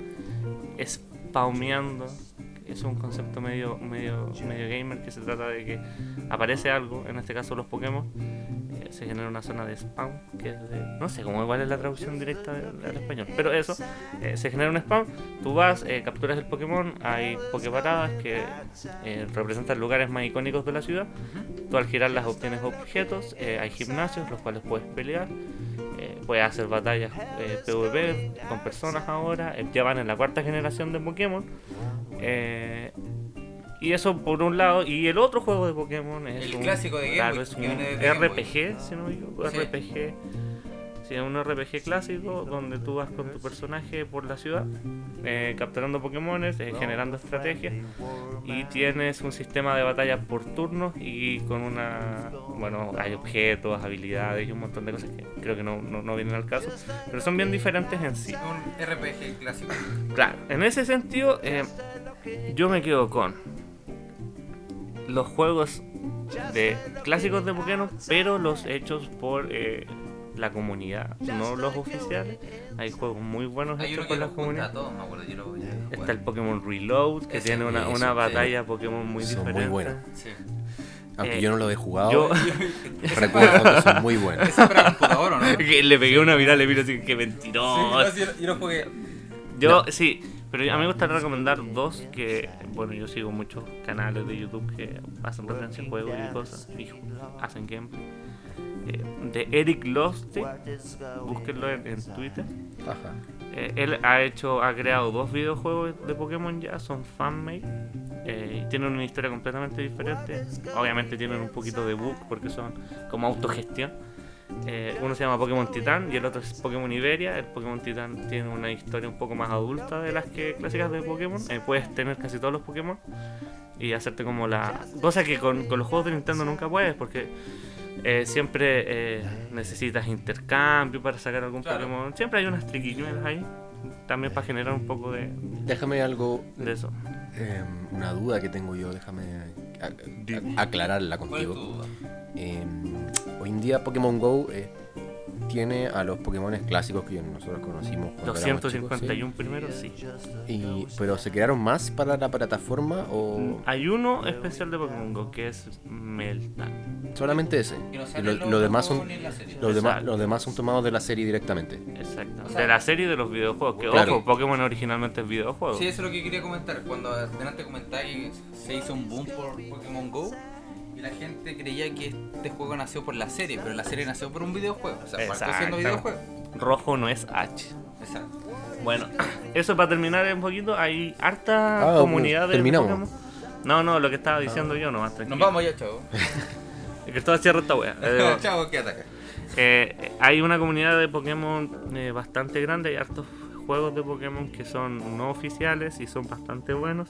spawmeando. Es un concepto medio, medio, medio gamer que se trata de que aparece algo, en este caso los Pokémon. eh, se genera una zona de spawn que es de. No sé cómo igual es la traducción directa del, al español, pero eso, eh, se genera un spawn. Tú vas, eh, capturas el Pokémon, hay Poképaradas que eh, representan lugares más icónicos de la ciudad. Tú al girarlas obtienes objetos, eh, hay gimnasios los cuales puedes pelear, eh, puedes hacer batallas eh, PvP con personas ahora, eh, ya van en la cuarta generación de Pokémon. Eh, y eso por un lado, y el otro juego de Pokémon es El un, clásico de Game claro, Boy, es que un viene de Game R P G, si no me equivoco, Sí. R P G. Sí, es un R P G clásico donde tú vas con tu personaje por la ciudad, eh, capturando Pokémones, eh, generando estrategias, y tienes un sistema de batalla por turnos y con una, bueno, hay objetos, habilidades y un montón de cosas que creo que no, no, no vienen al caso, pero son bien diferentes en sí. Un R P G clásico. Claro, en ese sentido, eh, yo me quedo con los juegos de clásicos de Pokémon, pero los hechos por eh, la comunidad, no los oficiales. Hay juegos muy buenos Hay hechos uno por que la lo junta comunidad. a todos, me acuerdo, yo lo voy a jugar. Está el Pokémon Reload, que Ese, tiene una, eso, una sí. batalla Pokémon muy Son muy diferente. buenas. Sí. Aunque Eh, yo no lo he jugado, yo- recuerdo que son muy buenos. Ese es para computador, ¿o no? Que le pegué una viral, le vino así, que Sí, mentiroso. no, sí, yo, yo lo jugué. Yo, sí, pero a mí me gustaría recomendar dos que, bueno, yo sigo muchos canales de YouTube que hacen referencia a juegos y cosas, y hacen gameplay. Eh, de Eric Losty, búsquenlo en, en Twitter. Ajá. Eh, él ha hecho, ha creado dos videojuegos de Pokémon ya, son fanmade. Eh, y tienen una historia completamente diferente. Obviamente tienen un poquito de bug porque son como autogestión. Eh, uno se llama Pokémon Titán y el otro es Pokémon Iberia. El Pokémon Titán tiene una historia un poco más adulta de las que clásicas de Pokémon. Eh, puedes tener casi todos los Pokémon y hacerte como la cosa que con, con los juegos de Nintendo nunca puedes, porque eh, siempre eh, necesitas intercambio para sacar algún Claro. Pokémon. Siempre hay unas triquiñuelas ahí, también para generar un poco de, Déjame algo, de eso. eh, una duda que tengo yo, déjame a- a- aclararla ¿Cuál es contigo. tu duda? Eh, hoy en día Pokémon Go eh, tiene a los Pokémon clásicos que nosotros conocimos cuando éramos doscientos chicos, cincuenta y uno primero, sí. ¿sí? Y, pero ¿se crearon más para la plataforma o Hay uno especial de Pokémon Go que es Meltan. solamente ese? Que no Y sale lo, en los lo demás son juegos ni en la serie. los demás, Exacto. los demás son tomados de la serie directamente. Exacto. O sea, De la serie y de los videojuegos. Que claro. ojo, Pokémon originalmente es videojuego. Sí, eso es lo que quería comentar. Cuando delante comentáis, se hizo un boom por Pokémon Go y la gente creía que este juego nació por la serie, pero la serie nació por un videojuego. O sea, partió Exacto. siendo videojuego. Rojo no es H. Exacto. Bueno, eso para terminar un poquito. Hay harta Ah, comunidad de terminamos. Pokémon. No, no, lo que estaba diciendo yo nomás, tranquilo. Nos vamos ya, chavo. Es que todo cierra esta wea. Eh, Chavo, quédate acá. Eh, hay una comunidad de Pokémon eh, bastante grande, hay hartos juegos de Pokémon que son no oficiales y son bastante buenos.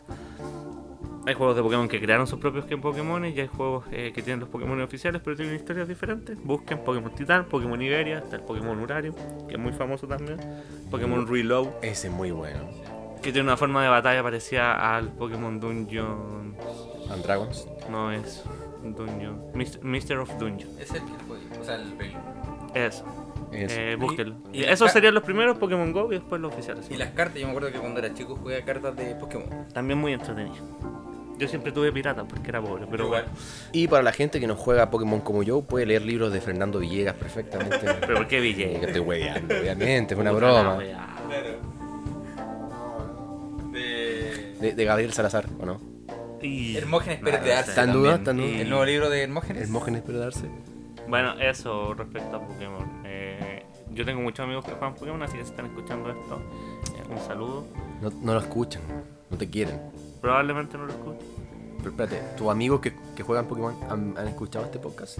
Hay juegos de Pokémon que crearon sus propios Pokémon y hay juegos eh, que tienen los Pokémon oficiales pero tienen historias diferentes. Busquen Pokémon Titán, Pokémon Iberia, está el Pokémon Urarium, que es muy famoso también. Pokémon Reload, Ese es muy bueno. que tiene una forma de batalla parecida al Pokémon Dungeon. And Dragons. No es Dungeon, Mister Mister of Dungeon. Es el que juega. O sea, el rey. Eso. Eso. Eh, búsquenlo. Y- Y y esos acá- serían los primeros Pokémon Go y después los oficiales. Y las cartas, yo me acuerdo que cuando era chico jugué cartas de Pokémon. También muy entretenido. Yo siempre tuve pirata porque era pobre, pero Igual. bueno. Y para la gente que no juega Pokémon como yo, puede leer libros de Fernando Villegas perfectamente. Pero ¿por qué Que Villegas? estoy hueveando, obviamente, es una Puta la broma. wea. De De, de Gabriel Salazar, ¿o no? Y- Hermógenes Pérez Nada, de no Arce. sé. ¿Está en duda? también. ¿Está en duda? Y- El nuevo libro de Hermógenes. Hermógenes para darse. Bueno, eso respecto a Pokémon. Eh, yo tengo muchos amigos que juegan Pokémon, así que si están escuchando esto, eh, un saludo. No, no lo escuchan, no te quieren. Probablemente no lo escuchen. Pero espérate, ¿tus amigos que, que juegan Pokémon han, han escuchado este podcast?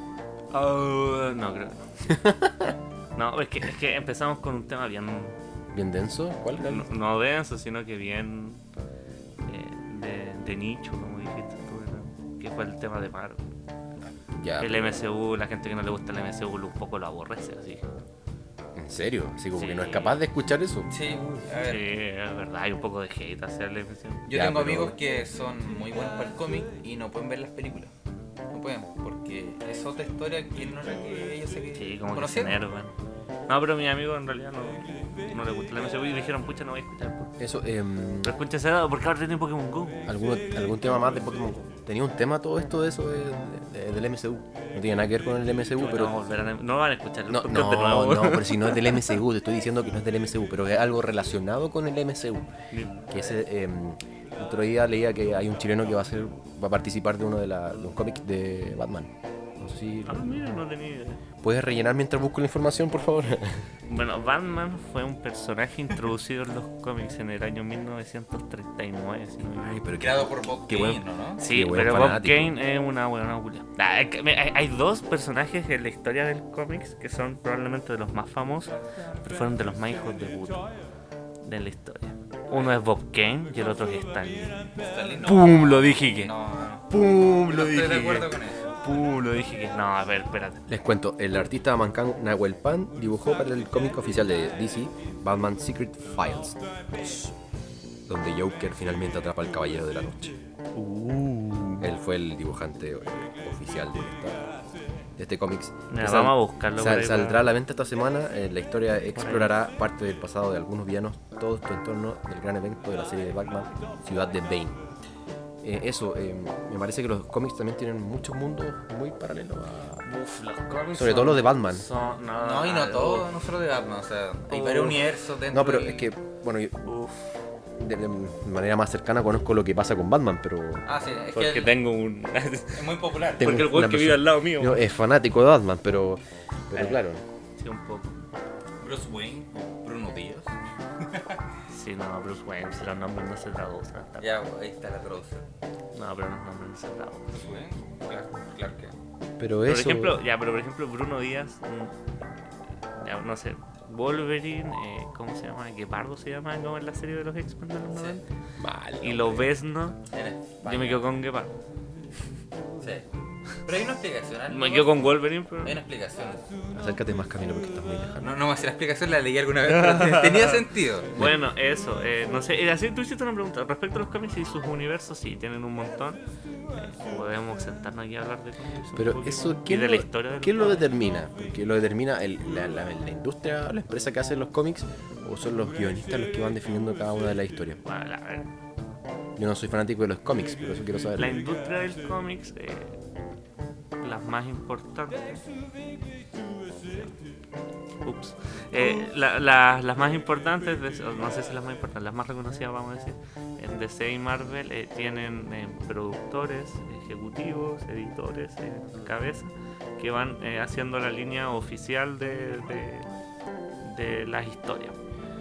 Oh, no, creo que no. No, es que, es que empezamos con un tema bien. ¿Bien denso? ¿Cuál era el- No, no denso, sino que bien. eh, de, de nicho, como dijiste tú, ¿verdad? Que fue el tema de Marvel. Ya, El pero- M C U, la gente que no le gusta el M C U un poco lo aborrece, así. ¿En serio? Así como Sí. que no es capaz de escuchar eso. Sí, a Sí, ver. es verdad, hay un poco de hate hacia el M C U. Yo Ya, tengo pero- amigos que son muy buenos para el cómic y no pueden ver las películas. No pueden, porque es otra historia que no es la que ellos se Sí, como que se conocieron. enervan. No, pero mis amigos en realidad no, no les gusta el M C U y dijeron, pucha, no voy a escuchar. pues. Eso, em, Pero escucha ese dado, porque ahora tienen Pokémon Go. ¿algún, algún tema más de Pokémon Go? Tenía un tema todo esto de eso de- de- del M C U. No tiene nada que ver con el M C U, No, pero... volverán a- no van a escuchar el No, podcast de no, nuevo. no, pero si no es del M C U, te estoy diciendo que no es del M C U, pero es algo relacionado con el M C U. Que ese, em, el otro día leía que hay un chileno que va a ser, va a participar de uno de, la, de un cómic de Batman. No sé si Ah, mira, no tenía idea. puedes rellenar mientras busco la información, por favor. Bueno, Batman fue un personaje introducido en los cómics en el año mil novecientos treinta y nueve, si no me equivoco. Ay, pero Creado por Bob qué Kane, buen- ¿no? Sí, Qué buen pero Bob fanático. Kane es una buena culia. Ah, es que me- hay, hay dos personajes en la historia del cómics que son probablemente de los más famosos, pero fueron de los más hijos de puta de la historia. Uno es Bob Kane y el otro es Stan Lee. Stanley, no. ¡Pum! Lo dije que. No, no. ¡Pum! No Lo estoy dije de acuerdo que. con eso. ¡Pum! Lo dije que. No, a ver, espérate. Les cuento, el artista Mancan Nahuel Pan dibujó para el cómic oficial de D C, Batman Secret Files dos, donde Joker finalmente atrapa al Caballero de la Noche. Él fue el dibujante eh, oficial de esta, de este cómics. Mira, que vamos a buscarlo sal- por ahí, saldrá para- a la venta esta semana. Eh, la historia explorará parte del pasado de algunos villanos, todo esto en torno del gran evento de la serie de Batman, Ciudad de Bane. Eh, eso, eh, me parece que los cómics también tienen muchos mundos muy paralelos a... Uf, los cómics Sobre son- todo los de Batman. son- no, No, y no ah, todo, no solo de Batman, o sea, hay Uf. varios universos dentro No, pero del- es que, bueno, yo Uf, de, de manera más cercana conozco lo que pasa con Batman, pero... Ah, sí, es porque que el- tengo un... es muy popular. Tengo porque el una weón que vive persona- al lado mío. Yo es fanático de Batman, pero, pero Eh. claro. Sí, un poco. Bruce Wayne o Bruno Díaz. Sí, no, Bruce Wayne, si los nombres no se traducen. está- Ya, pues, ahí está la traducción. No, pero los nombres no se traducen. Bruce Wayne, claro, claro que. Pero Por eso... ejemplo, ya, pero por ejemplo Bruno Díaz, mm, ya, no sé, Wolverine, eh, ¿cómo se llama? Guepardo se llama como en la serie de los X-Men de los noventa. Mal, Y lo ves, ¿no? En España. Yo me quedo con Guepardo. Sí. Pero hay una explicación. ¿eh? Me quedo con Wolverine, pero... Hay una explicación. Acércate más, Camilo, porque estás muy lejano. No, no me hace la explicación, la leí alguna vez, pero te- tenía sentido. Bueno, eso, eh, no sé, eh, así tú hiciste una pregunta respecto a los cómics y sus universos, sí, tienen un montón. Eh, podemos sentarnos aquí a hablar de cómics un Pero poquito. eso, y ¿quién, de lo, la historia de ¿quién los lo cómics. determina? Porque lo determina el- la, la- la industria, la empresa que hace los cómics, o son los guionistas los que van definiendo cada una de las historias. Bueno, la, Yo no soy fanático de los cómics, pero eso quiero saber. la industria del cómics, eh, las más importantes. Ups. Eh, la- la- las más importantes, de- o no sé si las más importantes, las más reconocidas, vamos a decir, en D C y Marvel eh, tienen eh, productores, ejecutivos, editores, eh, cabeza, que van eh, haciendo la línea oficial de, de, de las historias.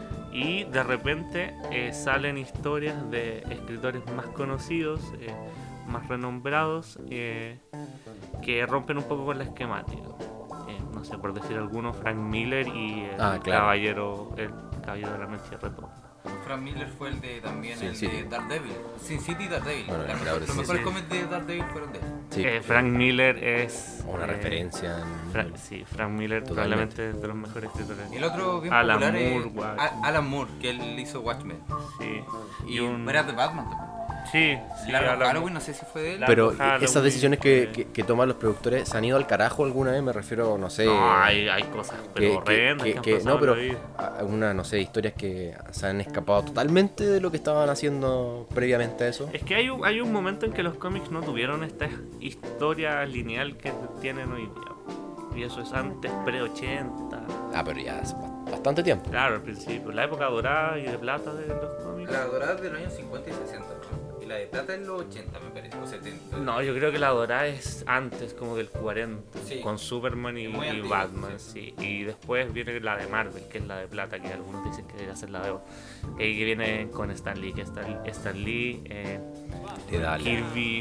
Y de repente eh, salen historias de escritores más conocidos, eh, más renombrados, eh, que rompen un poco con la esquemática. Eh, no sé, por decir algunos, Frank Miller y el Ah, claro. caballero, el caballero de la noche retorna. Frank Miller fue el de también Sin el City. de Daredevil. Sin City y Daredevil. Bueno, La el mejor- creador de los Sin mejores City. cómics de Daredevil fueron de él. Sí, Eh, Frank Miller es una eh, referencia. en- Fra- sí, Frank Miller Totalmente. probablemente es de los mejores escritores. Y el otro bien Alan popular es Moore, guay. A- Alan Moore, que él hizo Watchmen. Sí, Y, un- era de Batman también. sí, sí, Largo Alan- Halloween, no sé si fue de él. La- Pero Halloween, esas decisiones que, eh. que, que toman los productores se han ido al carajo alguna vez, me refiero, no sé. No, hay, hay cosas que- pero que- horrendas que- que, han que- pasado no, pero en la vida. a- algunas, no sé, historias que se han escapado totalmente de lo que estaban haciendo previamente a eso. Es que hay un, hay un momento en que los cómics no tuvieron esta historia lineal que tienen hoy día. Y eso es antes, pre ochenta. Ah, pero ya hace ba- bastante tiempo. Claro, al principio. La época dorada y de plata de los cómics. La dorada es de los años cincuenta y sesenta, ¿no? Y la de plata es los ochenta, me parece, o setenta. No, yo creo que la dorada es antes, como del cuarenta, Sí. con Superman y, Es muy y antigua, Batman, sí. Y después viene la de Marvel, que es la de plata, que algunos dicen que debería ser la de oro. Que que viene con Stan Lee, que Stan, Stan Lee, eh, Le da la- Kirby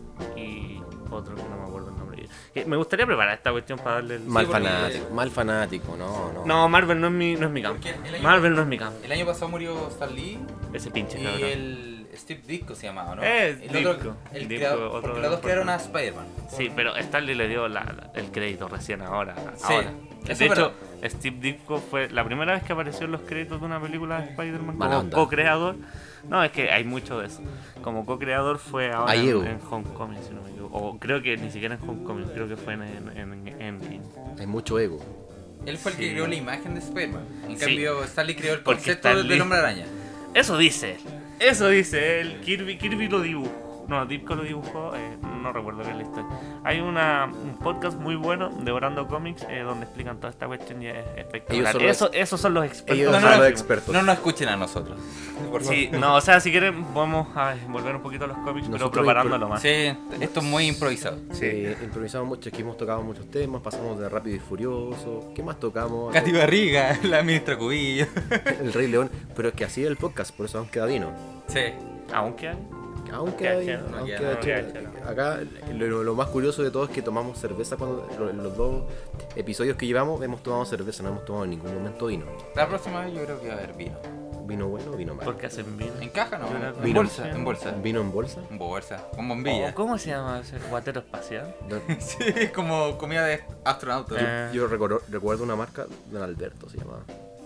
y otro que no me acuerdo el nombre. Que me gustaría preparar esta cuestión para darle el... Mal Sí, porque- fanático, mal fanático, no, no. No, Marvel no es mi, no es mi campo. Porque el año- Marvel no es mi campo. El año pasado murió Stan Lee Ese pinche y cabrón. el Steve Ditko se llamaba, ¿no? Eh, el Ditko. otro, el Ditko, creador, otro porque de los los dos crearon a personajes. Spider-Man. Sí, pero Stanley le dio la- la- el crédito recién ahora. Sí, ahora. eso De es hecho, Steve Ditko fue la primera vez que apareció en los créditos de una película de Spider-Man Mala como onda. co-creador. No, es que hay mucho de eso. Como co-creador fue ahora Ahí en, llegó. en Homecoming, si no me equivoco. O creo que ni siquiera en Homecoming, creo que fue en, en, en, en Endgame. Hay mucho ego. Él fue el Sí. que creó la imagen de Spider-Man. En Sí. cambio, Stanley creó el Porque concepto Stan Lee- del Hombre Araña. Eso dice él. Eso dice él. Kirby, Kirby lo dibujó. No, Ditko lo dibujó. eh, no recuerdo bien la historia. Hay una, un podcast muy bueno de Orando Comics eh, donde explican toda esta cuestión y es espectacular. Ellos son los- Eso, esos son los expertos. Ellos no, son no, los no. expertos. No nos escuchen a nosotros. Por favor. Sí, no, o sea, si quieren, podemos a ver, volver un poquito a los cómics, pero Nosotros preparándolo impro- más. Sí, esto es muy improvisado. Sí, improvisamos mucho, es que hemos tocado muchos temas, pasamos de Rápido y Furioso. ¿Qué más tocamos? Katy Barriga, la ministra Cubillo. El Rey León, pero es que así es el podcast, por eso aún queda Dino. Sí. Aunque hay. Aún Queda queda Dino, chelo, aún queda- queda no queda chelo. chelo. Acá lo, lo más curioso de todo es que tomamos cerveza cuando lo- los dos episodios que llevamos hemos tomado cerveza, no hemos tomado en ningún momento vino. La próxima vez yo creo que va a haber vino. ¿Vino bueno o vino malo? Porque hacen vino. ¿En caja no? Yo creo que- En Vino. bolsa. En bolsa. ¿Vino en bolsa? En bolsa. Con bombilla. Oh, ¿Cómo se llama ese guatero espacial? No, Sí, como comida de astronauta. Eh. yo recuerdo, recuerdo una marca, Don Alberto se llamaba.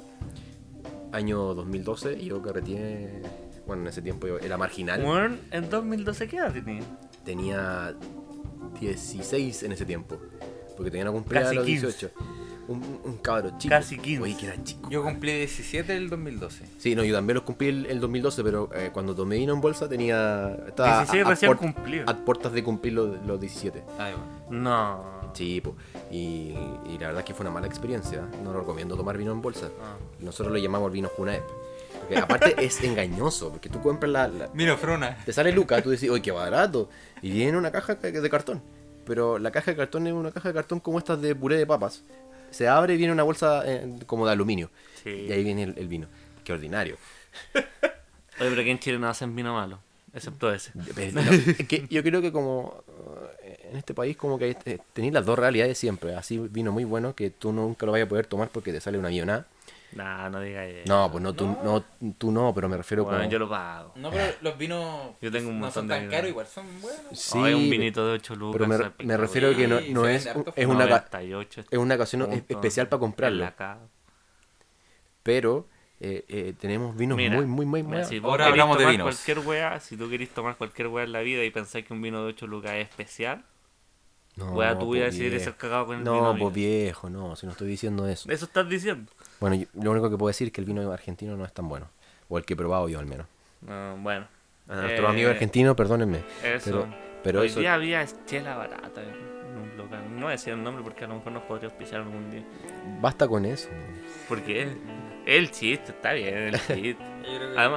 Año dos mil doce y yo carreteé, bueno, en ese tiempo yo era marginal. Bueno, en dos mil doce, ¿qué edad tenía? Tenía dieciséis en ese tiempo. porque tenía una cumplida a Casi los quince. dieciocho. Un, un cabro chico. Casi quince. Oye, que era chico. Yo cumplí diecisiete el dos mil doce. Sí, no, yo también los cumplí el, el dos mil doce, pero eh, cuando tomé vino en bolsa tenía... Estaba dieciséis a- a recién port- cumplido. A puertas de cumplir los, los diecisiete. Ah, bueno. No. Sí, po. Y, y la verdad es que fue una mala experiencia. No lo recomiendo tomar vino en bolsa. Ah. Nosotros lo llamamos vino Junaep. Porque aparte es engañoso, porque tú compras la... la- Mira, Fruna. te sale Luca, tú decís, oye, qué barato. Y viene una caja de de cartón. Pero la caja de cartón es una caja de cartón como estas de puré de papas. Se abre y viene una bolsa eh, como de aluminio. Sí. Y ahí viene el, el vino. Qué ordinario. Oye, pero aquí en Chile no hacen vino malo. Excepto ese. Pero, no, es que yo creo que como eh, en este país como que eh, tenéis las dos realidades siempre. Así vino muy bueno que tú nunca lo vayas a poder tomar porque te sale una millonada. Nah, no digas eso. No, pues no, tú no, tú no, pero me refiero Bueno, como... yo lo pago. No, pero los vinos Yo tengo un no montón son de tan vinos. caros, igual son buenos. Sí, Ay, un vinito de ocho lucas. pero me, ¿sabes? me refiero a que no, Sí, no se es, vende harto es, una, ca- noventa y ocho es una ocasión puntos especial para en comprarlo. la ca- Pero eh, eh, tenemos vinos Mira, muy, muy, muy mira, buenos. si vos Ahora querés hablamos de tomar vinos. cualquier wea, si tú querés tomar cualquier wea en la vida y pensáis que un vino de ocho lucas es especial, No, wea tú voy a pues, decidir viejo. ser cagado con el vino. No, amigo. pues viejo, no, si no estoy diciendo eso. Eso estás diciendo. Bueno, yo- lo único que puedo decir es que el vino argentino no es tan bueno. O el que he probado yo al menos. No, bueno. A nuestros Eh, amigos argentinos, perdónenme. Eso. Pero, pero Hoy eso... día había chela barata en un local. No voy a decir el nombre porque a lo mejor nos podría auspiciar algún día. Basta con eso. Porque el chiste, está bien el chiste. Yo creo que- Además,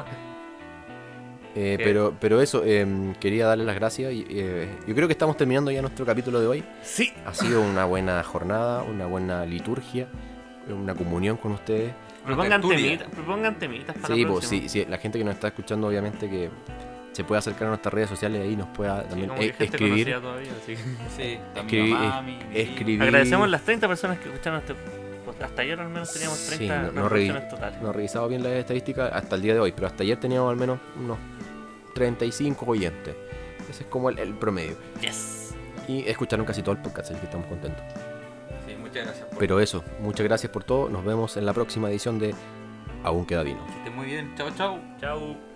Eh, ¿Qué? pero, pero eso, eh, quería darle las gracias. Y, eh, yo creo que estamos terminando ya nuestro capítulo de hoy. sí. Ha sido una buena jornada, una buena liturgia, una comunión con ustedes. Propongan tertulia. temitas, propongan temitas para Sí, la pues, próxima. sí, sí, la gente que nos está escuchando, obviamente, que se puede acercar a nuestras redes sociales y ahí nos pueda Sí, también como que eh, gente escribir. conocida todavía, así que- Sí, también Escribir, mi mamá, mi- mi- escribir. Agradecemos las treinta personas que escucharon este podcast. Hasta ayer al menos teníamos Sí, treinta no- no revi- reproducciones totales. No he revisado bien las estadísticas hasta el día de hoy, pero hasta ayer teníamos al menos unos treinta y cinco oyentes. Ese es como el, el promedio. Yes. Y escucharon casi todo el podcast, así que estamos contentos. Sí, muchas gracias por Pero eso, muchas gracias por todo. Nos vemos en la próxima edición de Aún Queda Vino. que estén muy bien. Chao, chao. Chao.